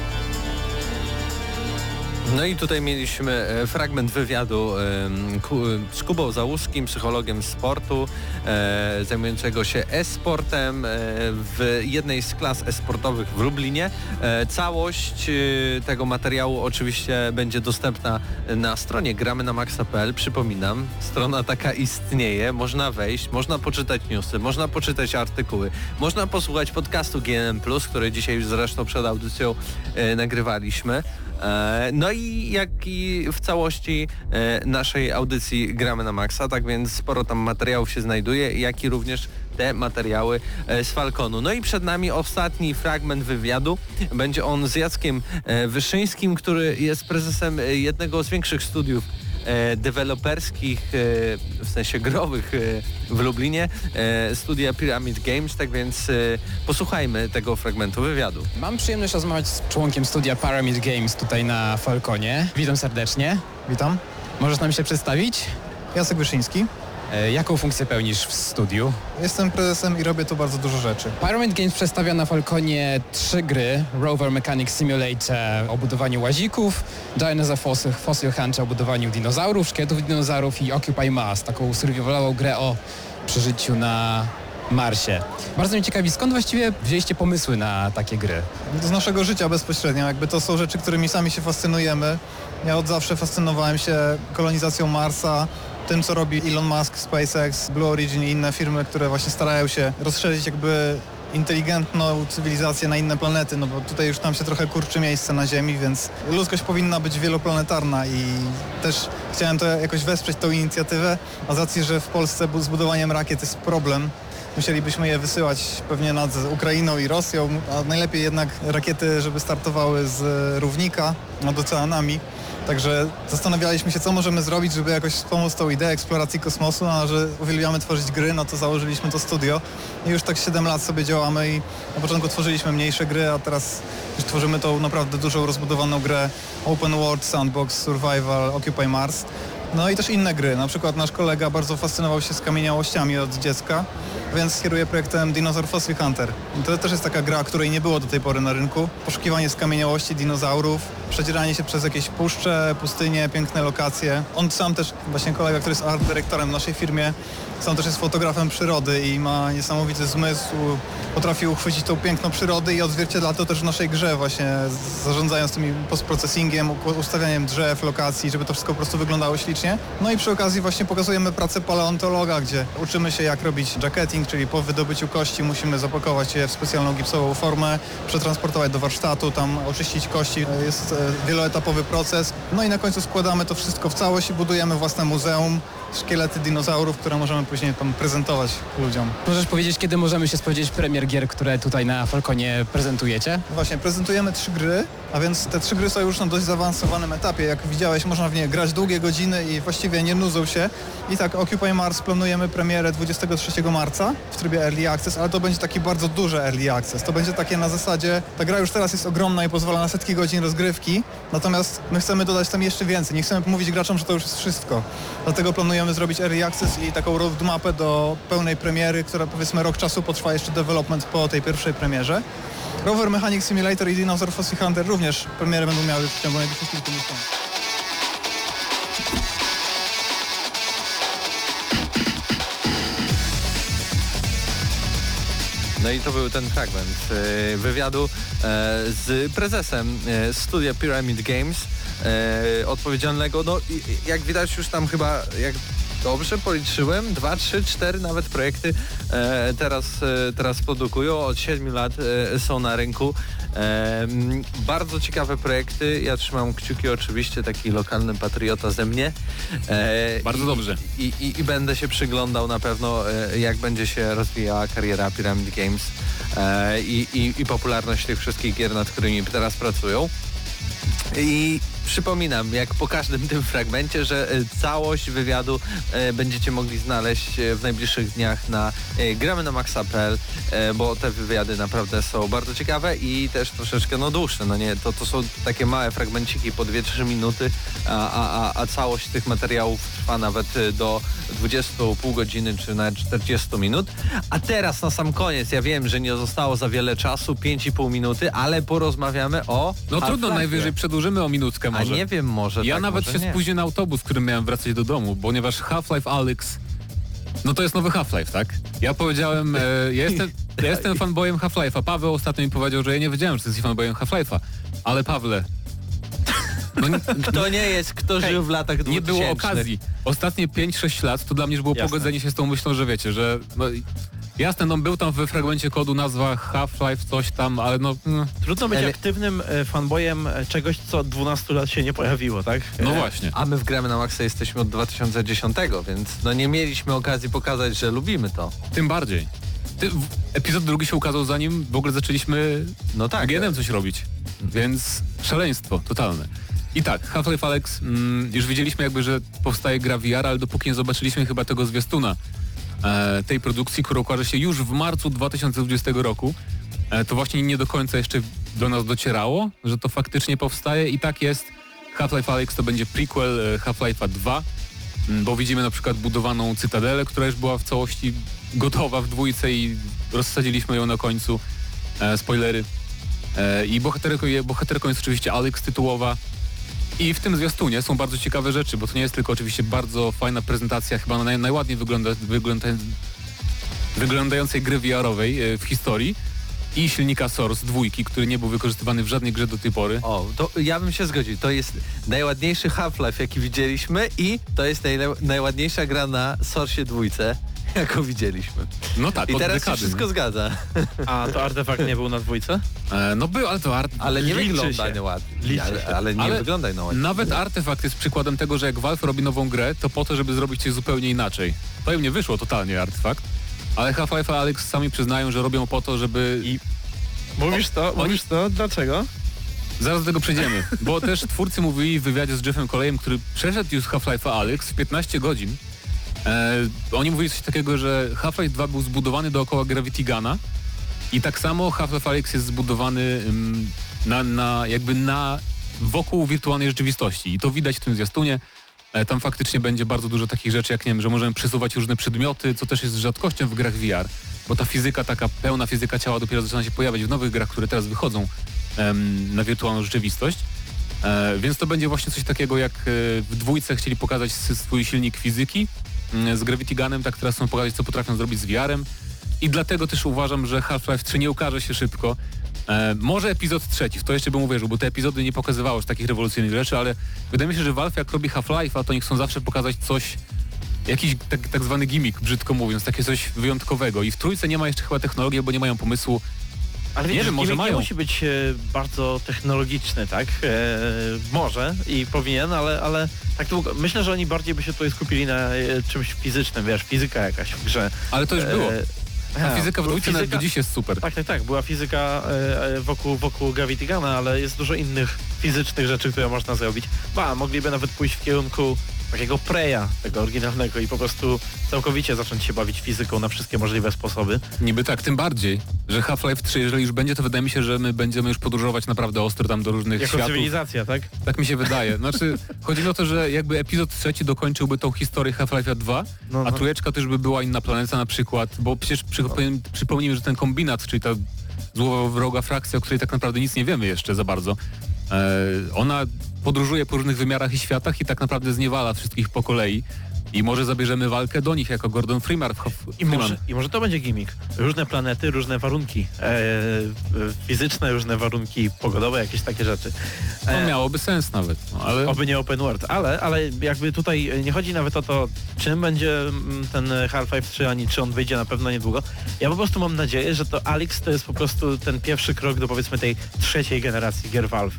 No i tutaj mieliśmy e, fragment wywiadu e, ku, z Kubą Załuskim, psychologiem sportu, e, zajmującego się e-sportem e, w jednej z klas e-sportowych w Lublinie. E, całość e, tego materiału oczywiście będzie dostępna na stronie gramy na maxa kropka p l. Przypominam, strona taka istnieje, można wejść, można poczytać newsy, można poczytać artykuły, można posłuchać podcastu G N M plus, który dzisiaj już zresztą przed audycją e, nagrywaliśmy. No i jak i w całości naszej audycji Gramy na Maxa, tak więc sporo tam materiałów się znajduje, jak i również te materiały z Falconu. No i przed nami ostatni fragment wywiadu. Będzie on z Jackiem Wyszyńskim, który jest prezesem jednego z większych studiów E, deweloperskich, e, w sensie growych e, w Lublinie, e, studia Pyramid Games, tak więc e, posłuchajmy tego fragmentu wywiadu. Mam przyjemność rozmawiać z członkiem studia Pyramid Games tutaj na Falconie. Witam serdecznie. Witam. Możesz nam się przedstawić? Jacek Wyszyński. E, jaką funkcję pełnisz w studiu? Jestem prezesem i robię tu bardzo dużo rzeczy. Pyramid Games przedstawia na Falconie trzy gry. Rover Mechanic Simulator o budowaniu łazików, Dinosaur Fossil, Fossil Hunter o budowaniu dinozaurów, szkieletów dinozaurów i Occupy Mars, taką survivalową grę o przeżyciu na Marsie. Bardzo mnie ciekawi, skąd właściwie wzięliście pomysły na takie gry? Z naszego życia bezpośrednio, jakby to są rzeczy, którymi sami się fascynujemy. Ja od zawsze fascynowałem się kolonizacją Marsa, tym, co robi Elon Musk, SpaceX, Blue Origin i inne firmy, które właśnie starają się rozszerzyć jakby inteligentną cywilizację na inne planety, no bo tutaj już nam się trochę kurczy miejsce na Ziemi, więc ludzkość powinna być wieloplanetarna i też chciałem to jakoś wesprzeć, tą inicjatywę, a z racji, że w Polsce z budowaniem rakiet jest problem, musielibyśmy je wysyłać pewnie nad Ukrainą i Rosją, a najlepiej jednak rakiety, żeby startowały z równika nad oceanami. Także zastanawialiśmy się, co możemy zrobić, żeby jakoś wspomóc tą ideę eksploracji kosmosu, a że uwielbiamy tworzyć gry, no to założyliśmy to studio i już tak siedem lat sobie działamy i na początku tworzyliśmy mniejsze gry, a teraz już tworzymy tą naprawdę dużą, rozbudowaną grę Open World, Sandbox, Survival, Occupy Mars. No i też inne gry, na przykład nasz kolega bardzo fascynował się skamieniałościami od dziecka, więc kieruje projektem Dinosaur Fossil Hunter. I to też jest taka gra, której nie było do tej pory na rynku. Poszukiwanie skamieniałości dinozaurów, przedzieranie się przez jakieś puszcze, pustynie, piękne lokacje. On sam też, właśnie kolega, który jest art dyrektorem w naszej firmie, sam też jest fotografem przyrody i ma niesamowity zmysł, potrafi uchwycić tą piękną przyrodę i odzwierciedla to też w naszej grze właśnie, zarządzając tym postprocessingiem, ustawianiem drzew, lokacji, żeby to wszystko po prostu wyglądało ślicznie. faktycznie. No i przy okazji właśnie pokazujemy pracę paleontologa, gdzie uczymy się jak robić jacketing, czyli po wydobyciu kości musimy zapakować je w specjalną gipsową formę, przetransportować do warsztatu, tam oczyścić kości. Jest wieloetapowy proces. No i na końcu składamy to wszystko w całość i budujemy własne muzeum, szkielety dinozaurów, które możemy później tam prezentować ludziom. Możesz powiedzieć, kiedy możemy się spodziewać premier gier, które tutaj na Falconie prezentujecie? Właśnie, prezentujemy trzy gry, a więc te trzy gry są już na dość zaawansowanym etapie. Jak widziałeś, można w nie grać długie godziny i właściwie nie nudzą się. I tak Occupy Mars planujemy premierę dwudziestego trzeciego marca w trybie Early Access, ale to będzie taki bardzo duży Early Access. To będzie takie na zasadzie, ta gra już teraz jest ogromna i pozwala na setki godzin rozgrywki, natomiast my chcemy dodać tam jeszcze więcej. Nie chcemy mówić graczom, że to już jest wszystko. Dlatego planujemy zrobić Early Access i taką roadmapę do pełnej premiery, która powiedzmy rok czasu potrwa jeszcze development po tej pierwszej premierze. Rover Mechanic Simulator i Dinosaur Fossil Hunter również premiery będą miały w ciągu najbliższych kilku miesięcy. No i to był ten fragment e, wywiadu e, z prezesem e, studia Pyramid Games, e, odpowiedzialnego, no i, jak widać już tam chyba, jak dobrze policzyłem, dwa, trzy, cztery nawet projekty e, teraz, e, teraz produkują, od siedmiu lat e, są na rynku. E, bardzo ciekawe projekty, ja trzymam kciuki oczywiście, taki lokalny patriota ze mnie. E, bardzo i, dobrze. I, i, I będę się przyglądał na pewno, e, jak będzie się rozwijała kariera Pyramid Games e, i, i, i popularność tych wszystkich gier, nad którymi teraz pracują. I przypominam, jak po każdym tym fragmencie, że całość wywiadu e, będziecie mogli znaleźć w najbliższych dniach na e, gramy na maxa kropka p l, e, bo te wywiady naprawdę są bardzo ciekawe i też troszeczkę no dłuższe, no nie, to, to są takie małe fragmenciki po dwie trzy minuty, a, a, a całość tych materiałów trwa nawet do dwudziestu pół godziny, czy nawet czterdziestu minut. A teraz na sam koniec, ja wiem, że nie zostało za wiele czasu, pięć i pół minuty, ale porozmawiamy o No trudno, Half-Life'ie. najwyżej przedłużymy o minutkę może. A nie wiem, może Ja tak, nawet może się nie. spóźnię na autobus, którym miałem wracać do domu, ponieważ Half-Life Alyx, no to jest nowy Half-Life, tak? Ja powiedziałem, e, ja jestem, ja jestem fanboyem Half-Life'a. Paweł ostatnio mi powiedział, że ja nie wiedziałem, że jesteś fanboyem Half-Life'a. Ale Pawle, no, nie- Kto nie jest, kto Hej, żył w latach nie dwutysięcznych. było okazji. Ostatnie pięć sześć lat to dla mnie już było Jasne. pogodzenie się z tą myślą, że wiecie, że no, jasne, no był tam we fragmencie kodu nazwa Half-Life coś tam, ale no... no Trudno być Ale- aktywnym e, fanboyem e, czegoś, co od dwunastu lat się nie pojawiło, tak? no E, właśnie. A my w Gramy na Maxa jesteśmy od dwa tysiące dziesiątego, więc no nie mieliśmy okazji pokazać, że lubimy to. Tym bardziej. Ty, w, epizod drugi się ukazał zanim w ogóle zaczęliśmy No tak. G N M coś robić. Więc szaleństwo totalne. I tak, Half-Life Alyx, mm, już widzieliśmy jakby, że powstaje gra V R, ale dopóki nie zobaczyliśmy chyba tego zwiastuna e, tej produkcji, która ukaże się już w marcu dwa tysiące dwudziestego roku, e, to właśnie nie do końca jeszcze do nas docierało, że to faktycznie powstaje i tak jest. Half-Life Alyx to będzie prequel e, Half-Life'a dwa, m, bo widzimy na przykład budowaną cytadelę, która już była w całości gotowa w dwójce i rozsadziliśmy ją na końcu. E, spoilery. E, I bohaterką, bohaterką jest oczywiście Alyx tytułowa. I w tym zwiastunie są bardzo ciekawe rzeczy, bo to nie jest tylko oczywiście bardzo fajna prezentacja, chyba naj, najładniej wygląda, wygląda, wyglądającej gry V R-owej e, w historii i silnika Source dwójki, który nie był wykorzystywany w żadnej grze do tej pory. O, to ja bym się zgodził. To jest najładniejszy Half-Life, jaki widzieliśmy i to jest najle- najładniejsza gra na Source dwójce, jaką widzielieliśmy. No tak, I od teraz dekady, się wszystko nie? zgadza. A to artefakt nie był na dwójce? E, no był, ale to art... Ale nie Liczy wygląda się. nieładnie. Liczy Ale, się. ale nie Ale wygląda nieładnie. Nawet Artefakt jest przykładem tego, że jak Valve robi nową grę, to po to, żeby zrobić coś zupełnie inaczej. To im nie wyszło totalnie Artefakt, ale Half-Life Alyx sami przyznają, że robią po to, żeby... I mówisz to, oni- mówisz to, dlaczego? Zaraz do tego przejdziemy, bo też twórcy mówili w wywiadzie z Jeffem Kolejem, który przeszedł już Half-Life'a Alyx w piętnaście godzin. E, oni mówili coś takiego, że Half-Life dwa był zbudowany dookoła Gravity Guna i tak samo Half-Life Alyx jest zbudowany ym, na, na jakby na wokół wirtualnej rzeczywistości i to widać w tym zwiastunie. E, tam faktycznie będzie bardzo dużo takich rzeczy, jak nie wiem, że możemy przesuwać różne przedmioty, co też jest rzadkością w grach V R, bo ta fizyka, taka pełna fizyka ciała dopiero zaczyna się pojawiać w nowych grach, które teraz wychodzą em, na wirtualną rzeczywistość. E, więc to będzie właśnie coś takiego, jak e, w dwójce chcieli pokazać s- swój silnik fizyki m, z Gravity Gunem, tak teraz chcą pokazać, co potrafią zrobić z V R-em. I dlatego też uważam, że Half-Life trzy nie ukaże się szybko, E, może epizod trzeci, w to jeszcze bym uwierzył, bo te epizody nie pokazywały już takich rewolucyjnych rzeczy, ale wydaje mi się, że Valve jak robi Half-Life'a, to oni chcą zawsze pokazać coś, jakiś tak, tak zwany gimmick, brzydko mówiąc, takie coś wyjątkowego. I w trójce nie ma jeszcze chyba technologii, bo nie mają pomysłu. Ale nie widzisz, wiem, może gimmick mają. nie musi być e, bardzo technologiczny, tak? E, może i powinien, ale, ale tak długo. Myślę, że oni bardziej by się tutaj skupili na e, czymś fizycznym, wiesz, fizyka jakaś w grze. Ale to już było. A A, fizyka w była dwójce nawet do dziś jest super. Tak, tak, tak. Była fizyka e, wokół, wokół Gravity Guna, ale jest dużo innych fizycznych rzeczy, które można zrobić. Ba, mogliby nawet pójść w kierunku takiego Preya, tego oryginalnego i po prostu całkowicie zacząć się bawić fizyką na wszystkie możliwe sposoby. Niby tak, tym bardziej, że Half-Life trzy, jeżeli już będzie, to wydaje mi się, że my będziemy już podróżować naprawdę ostro tam do różnych Jako światów. cywilizacja, tak? Tak mi się wydaje. Znaczy, chodzi o to, że jakby epizod trzeci dokończyłby tą historię Half-Life'a dwa, No, a no. trójeczka też by była inna planeta na przykład, bo przecież przypomnijmy, przypomnijmy, że ten kombinat, czyli ta złowa wroga frakcja, o której tak naprawdę nic nie wiemy jeszcze za bardzo, e, ona podróżuje po różnych wymiarach i światach i tak naprawdę zniewala wszystkich po kolei. I może zabierzemy walkę do nich jako Gordon Freeman. W I może, I może to będzie gimmick. Różne planety, różne warunki e, fizyczne, różne warunki pogodowe, jakieś takie rzeczy. To miałoby sens nawet, no, ale... Oby nie open world, ale, ale jakby tutaj nie chodzi nawet o to, czym będzie ten Half-Life trzy, ani czy on wyjdzie na pewno niedługo. Ja po prostu mam nadzieję, że to Alyx to jest po prostu ten pierwszy krok do powiedzmy tej trzeciej generacji gier Valve.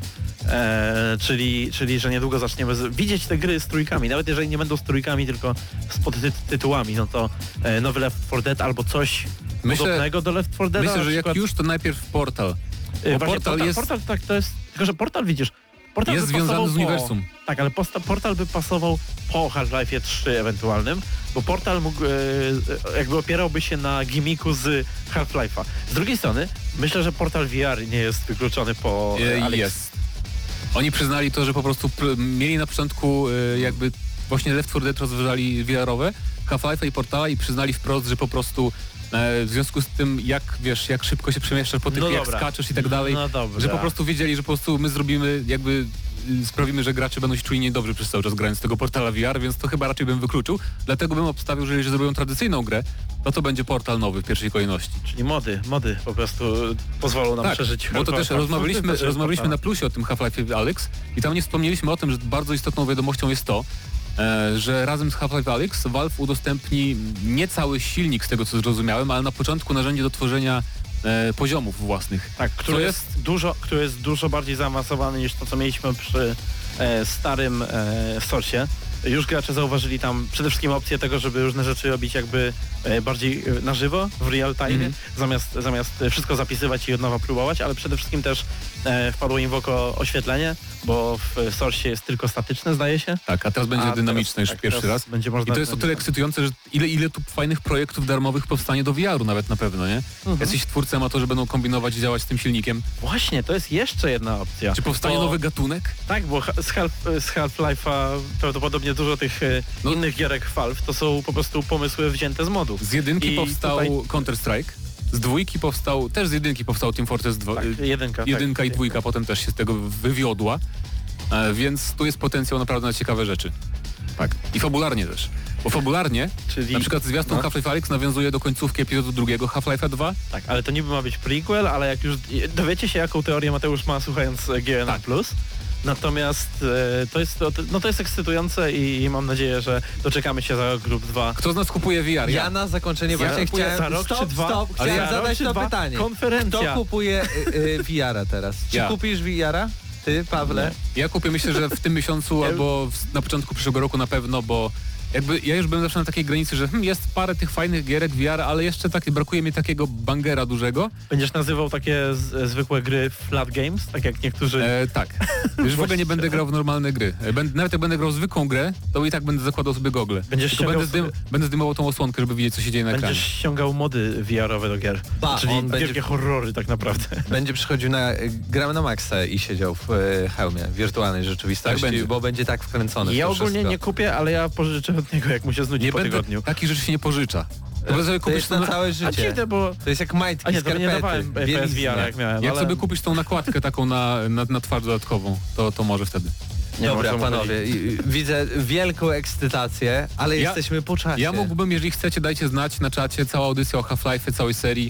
E, czyli, czyli, że niedługo zaczniemy z, widzieć te gry z trójkami, nawet jeżeli nie będą z trójkami, tylko z podtytułami, no to e, nowy Left four Dead albo coś Myślę- podobnego do Left four Dead. Myślę, że jak już, to najpierw Portal. Bo Bo portal, Portal portal, jest... portal, tak, to jest, tylko że Portal widzisz, Portal Jest by związany pasował z po- uniwersum. Tak, ale posta, Portal by pasował po Half-Life trzy ewentualnym, bo Portal mógł, e, jakby opierałby się na gimmicku z Half-Life'a. Z drugiej strony, myślę, że Portal V R nie jest wykluczony po E, Alyx. Jest. Oni przyznali to, że po prostu pr- mieli na początku e, jakby właśnie Left four Dead rozważali V R-owe, Half-Life'a i Portala i przyznali wprost, że po prostu e, w związku z tym, jak wiesz, jak szybko się przemieszczasz po tych, No jak dobra. skaczesz i tak dalej, No dobra. że po prostu wiedzieli, że po prostu my zrobimy jakby y, sprawimy, że gracze będą się czuli niedobrze przez cały czas grając tego Portala V R, więc to chyba raczej bym wykluczył. Dlatego bym obstawił, że jeżeli zrobią tradycyjną grę, to to będzie Portal nowy w pierwszej kolejności. Czyli mody, mody po prostu pozwolą nam Tak, przeżyć bo to też Half-Life'a. rozmawialiśmy, Też jest rozmawialiśmy na Portal. plusie o tym Half-Life Alyx i tam nie wspomnieliśmy o tym, że bardzo istotną wiadomością jest to, e, że razem z Half-Life Alyx Valve udostępni nie cały silnik z tego co zrozumiałem, ale na początku narzędzie do tworzenia e, poziomów własnych. Tak, który To jest dużo, który jest dużo bardziej zaawansowany niż to, co mieliśmy przy e, starym e, Source'ie. Już gracze zauważyli tam przede wszystkim opcję tego, żeby różne rzeczy robić jakby e, bardziej e, na żywo, w real time, Mhm. zamiast, zamiast wszystko zapisywać i od nowa próbować, ale przede wszystkim też e, wpadło im w oko oświetlenie, bo w Source'ie jest tylko statyczne, zdaje się. Tak, a teraz będzie A dynamiczne teraz- już tak, pierwszy teraz raz. będzie I można to jest o tyle ekscytujące, że ile, ile tu fajnych projektów darmowych powstanie do V R-u nawet na pewno, nie? Mhm. Jacyś twórcy amatorzy będą kombinować i działać z tym silnikiem. Właśnie, to jest jeszcze jedna opcja. Czy powstanie To- nowy gatunek? Tak, bo ha- z, Half, z Half-Life'a prawdopodobnie dużo tych e, No. innych gierek Valve to są po prostu pomysły wzięte z modów. Z jedynki I powstał tutaj- Counter-Strike, z dwójki powstał, też z jedynki powstał Team Fortress dwa. Tak, y, jedynka, jedynka tak. i dwójka potem też się z tego wywiodła, e, więc tu jest potencjał naprawdę na ciekawe rzeczy. Tak. I fabularnie też. Bo fabularnie, Czyli- na przykład zwiastun no. Half-Life Alyx nawiązuje do końcówki epizodu drugiego Half-Life'a dwa. Tak, ale to niby ma być prequel, ale jak już dowiecie się, jaką teorię Mateusz ma słuchając G N A plus. Natomiast e, to jest, to, no to jest ekscytujące i, i mam nadzieję, że doczekamy się za Group dwa. Kto z nas kupuje V R? Ja na zakończenie Ja właśnie kupuję chciałem... za rok stop, czy dwa? stop, Ale chciałem za rok zadać czy to dwa? pytanie. Konferencja. Kto kupuje y, y, V R-a teraz? Czy Ja. kupisz V R-a? Ty, Pawle? Ja kupię myślę, że w tym miesiącu albo w, na początku przyszłego roku na pewno, bo jakby ja już byłem zawsze na takiej granicy, że hmm, jest parę tych fajnych gierek V R, ale jeszcze tak brakuje mi takiego bangera dużego. Będziesz nazywał takie z, zwykłe gry flat games, tak jak niektórzy... E, tak. Już w ogóle nie będę grał w normalne gry. E, Będę, nawet jak będę grał w zwykłą grę, to i tak będę zakładał sobie gogle. Będziesz Tylko ściągał będę, zdym, sobie- będę zdejmował tą osłonkę, żeby widzieć, co się dzieje na ekranie. Będziesz ściągał mody V R-owe do gier. Ba, Czyli on będzie- wielkie horrory tak naprawdę. Będzie przychodził na... y, Gramy na Maxa i siedział w y, hełmie wirtualnej rzeczywistości, Tak będzie. bo będzie tak wkręcony w Ja to ogólnie wszystko. nie kupię, ale ja pożyczę od niego, jak mu się znudzi Nie po będę, tygodniu. takich rzeczy się nie pożycza. Chyba, że To kupisz jest tą na całe życie. A dziwne, bo... To jest jak majtki, A nie, to nie skarpety, dawałem P S bielizny. V R jak miałem, Jak ale... sobie kupisz tą nakładkę taką na, na, na twarz dodatkową, to, to może wtedy. Nie Dobra, ma co panowie, mówić. i- i- widzę wielką ekscytację, ale Ja- jesteśmy po czasie. Ja mógłbym, jeżeli chcecie, dajcie znać na czacie cała audycja o Half-Life, całej serii.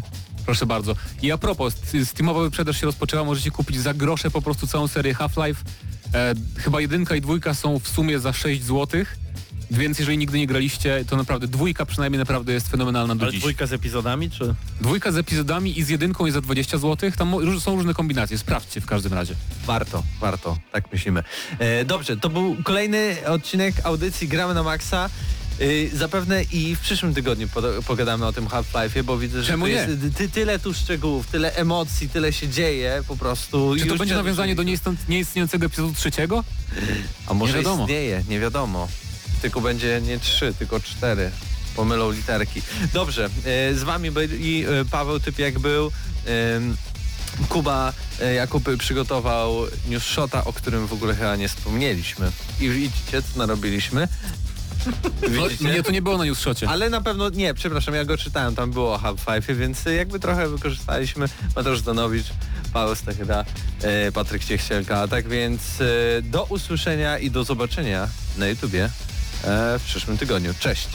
Proszę bardzo. I a propos, Steamowa wyprzedaż się rozpoczęła, możecie kupić za grosze po prostu całą serię Half-Life. E, chyba jedynka i dwójka są w sumie za sześć złotych, więc jeżeli nigdy nie graliście, to naprawdę dwójka przynajmniej naprawdę jest fenomenalna do Ale dziś. dwójka z epizodami, czy? Dwójka z epizodami i z jedynką jest za dwadzieścia złotych, tam mo- są różne kombinacje, sprawdźcie w każdym razie. Warto, warto, tak myślimy. E, dobrze, to był kolejny odcinek audycji Gramy na Maksa. E, zapewne i w przyszłym tygodniu pod- pogadamy o tym Half-Life'ie, bo widzę, że Czemu tu nie? jest ty, tyle tu szczegółów, tyle emocji, tyle się dzieje, po prostu. Czy to już będzie nie nawiązanie do nieistą- nieistniejącego epizodu trzeciego? A może Nie wiadomo. istnieje, nie wiadomo. Tylko będzie nie trzy, tylko cztery. Pomylą literki. Dobrze, e, z wami byli e, Paweł Typiak był, e, Kuba e, Jakub przygotował news shota, o którym w ogóle chyba nie wspomnieliśmy. I widzicie, co narobiliśmy. No, Widzicie? mnie to nie było na news shocie. Ale na pewno, nie, przepraszam, ja go czytałem, tam było o Half-Life'ie, więc jakby trochę wykorzystaliśmy. Mateusz Zdanowicz, Paweł Stachyra, e, Patryk Ciechcielka, tak więc e, do usłyszenia i do zobaczenia na YouTubie e, w przyszłym tygodniu. Cześć!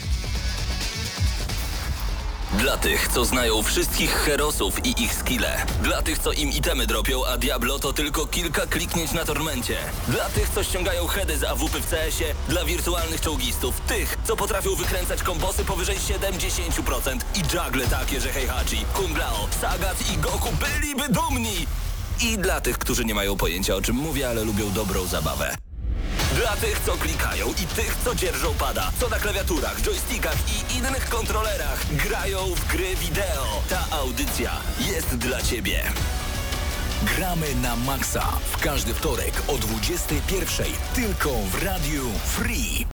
Dla tych, co znają wszystkich herosów i ich skille. Dla tych, co im itemy dropią, a Diablo to tylko kilka kliknięć na tormencie. Dla tych, co ściągają heady z A W P w C S ie. Dla wirtualnych czołgistów. Tych, co potrafią wykręcać kombosy powyżej siedemdziesiąt procent. I juggle takie, że Heihachi, Kung Lao, Sagat i Goku byliby dumni. I dla tych, którzy nie mają pojęcia, o czym mówię, ale lubią dobrą zabawę. Dla tych, co klikają i tych, co dzierżą pada, co na klawiaturach, joystickach i innych kontrolerach grają w gry wideo. Ta audycja jest dla Ciebie. Gramy na Maxa w każdy wtorek o dwudziestej pierwszej tylko w Radiu Free.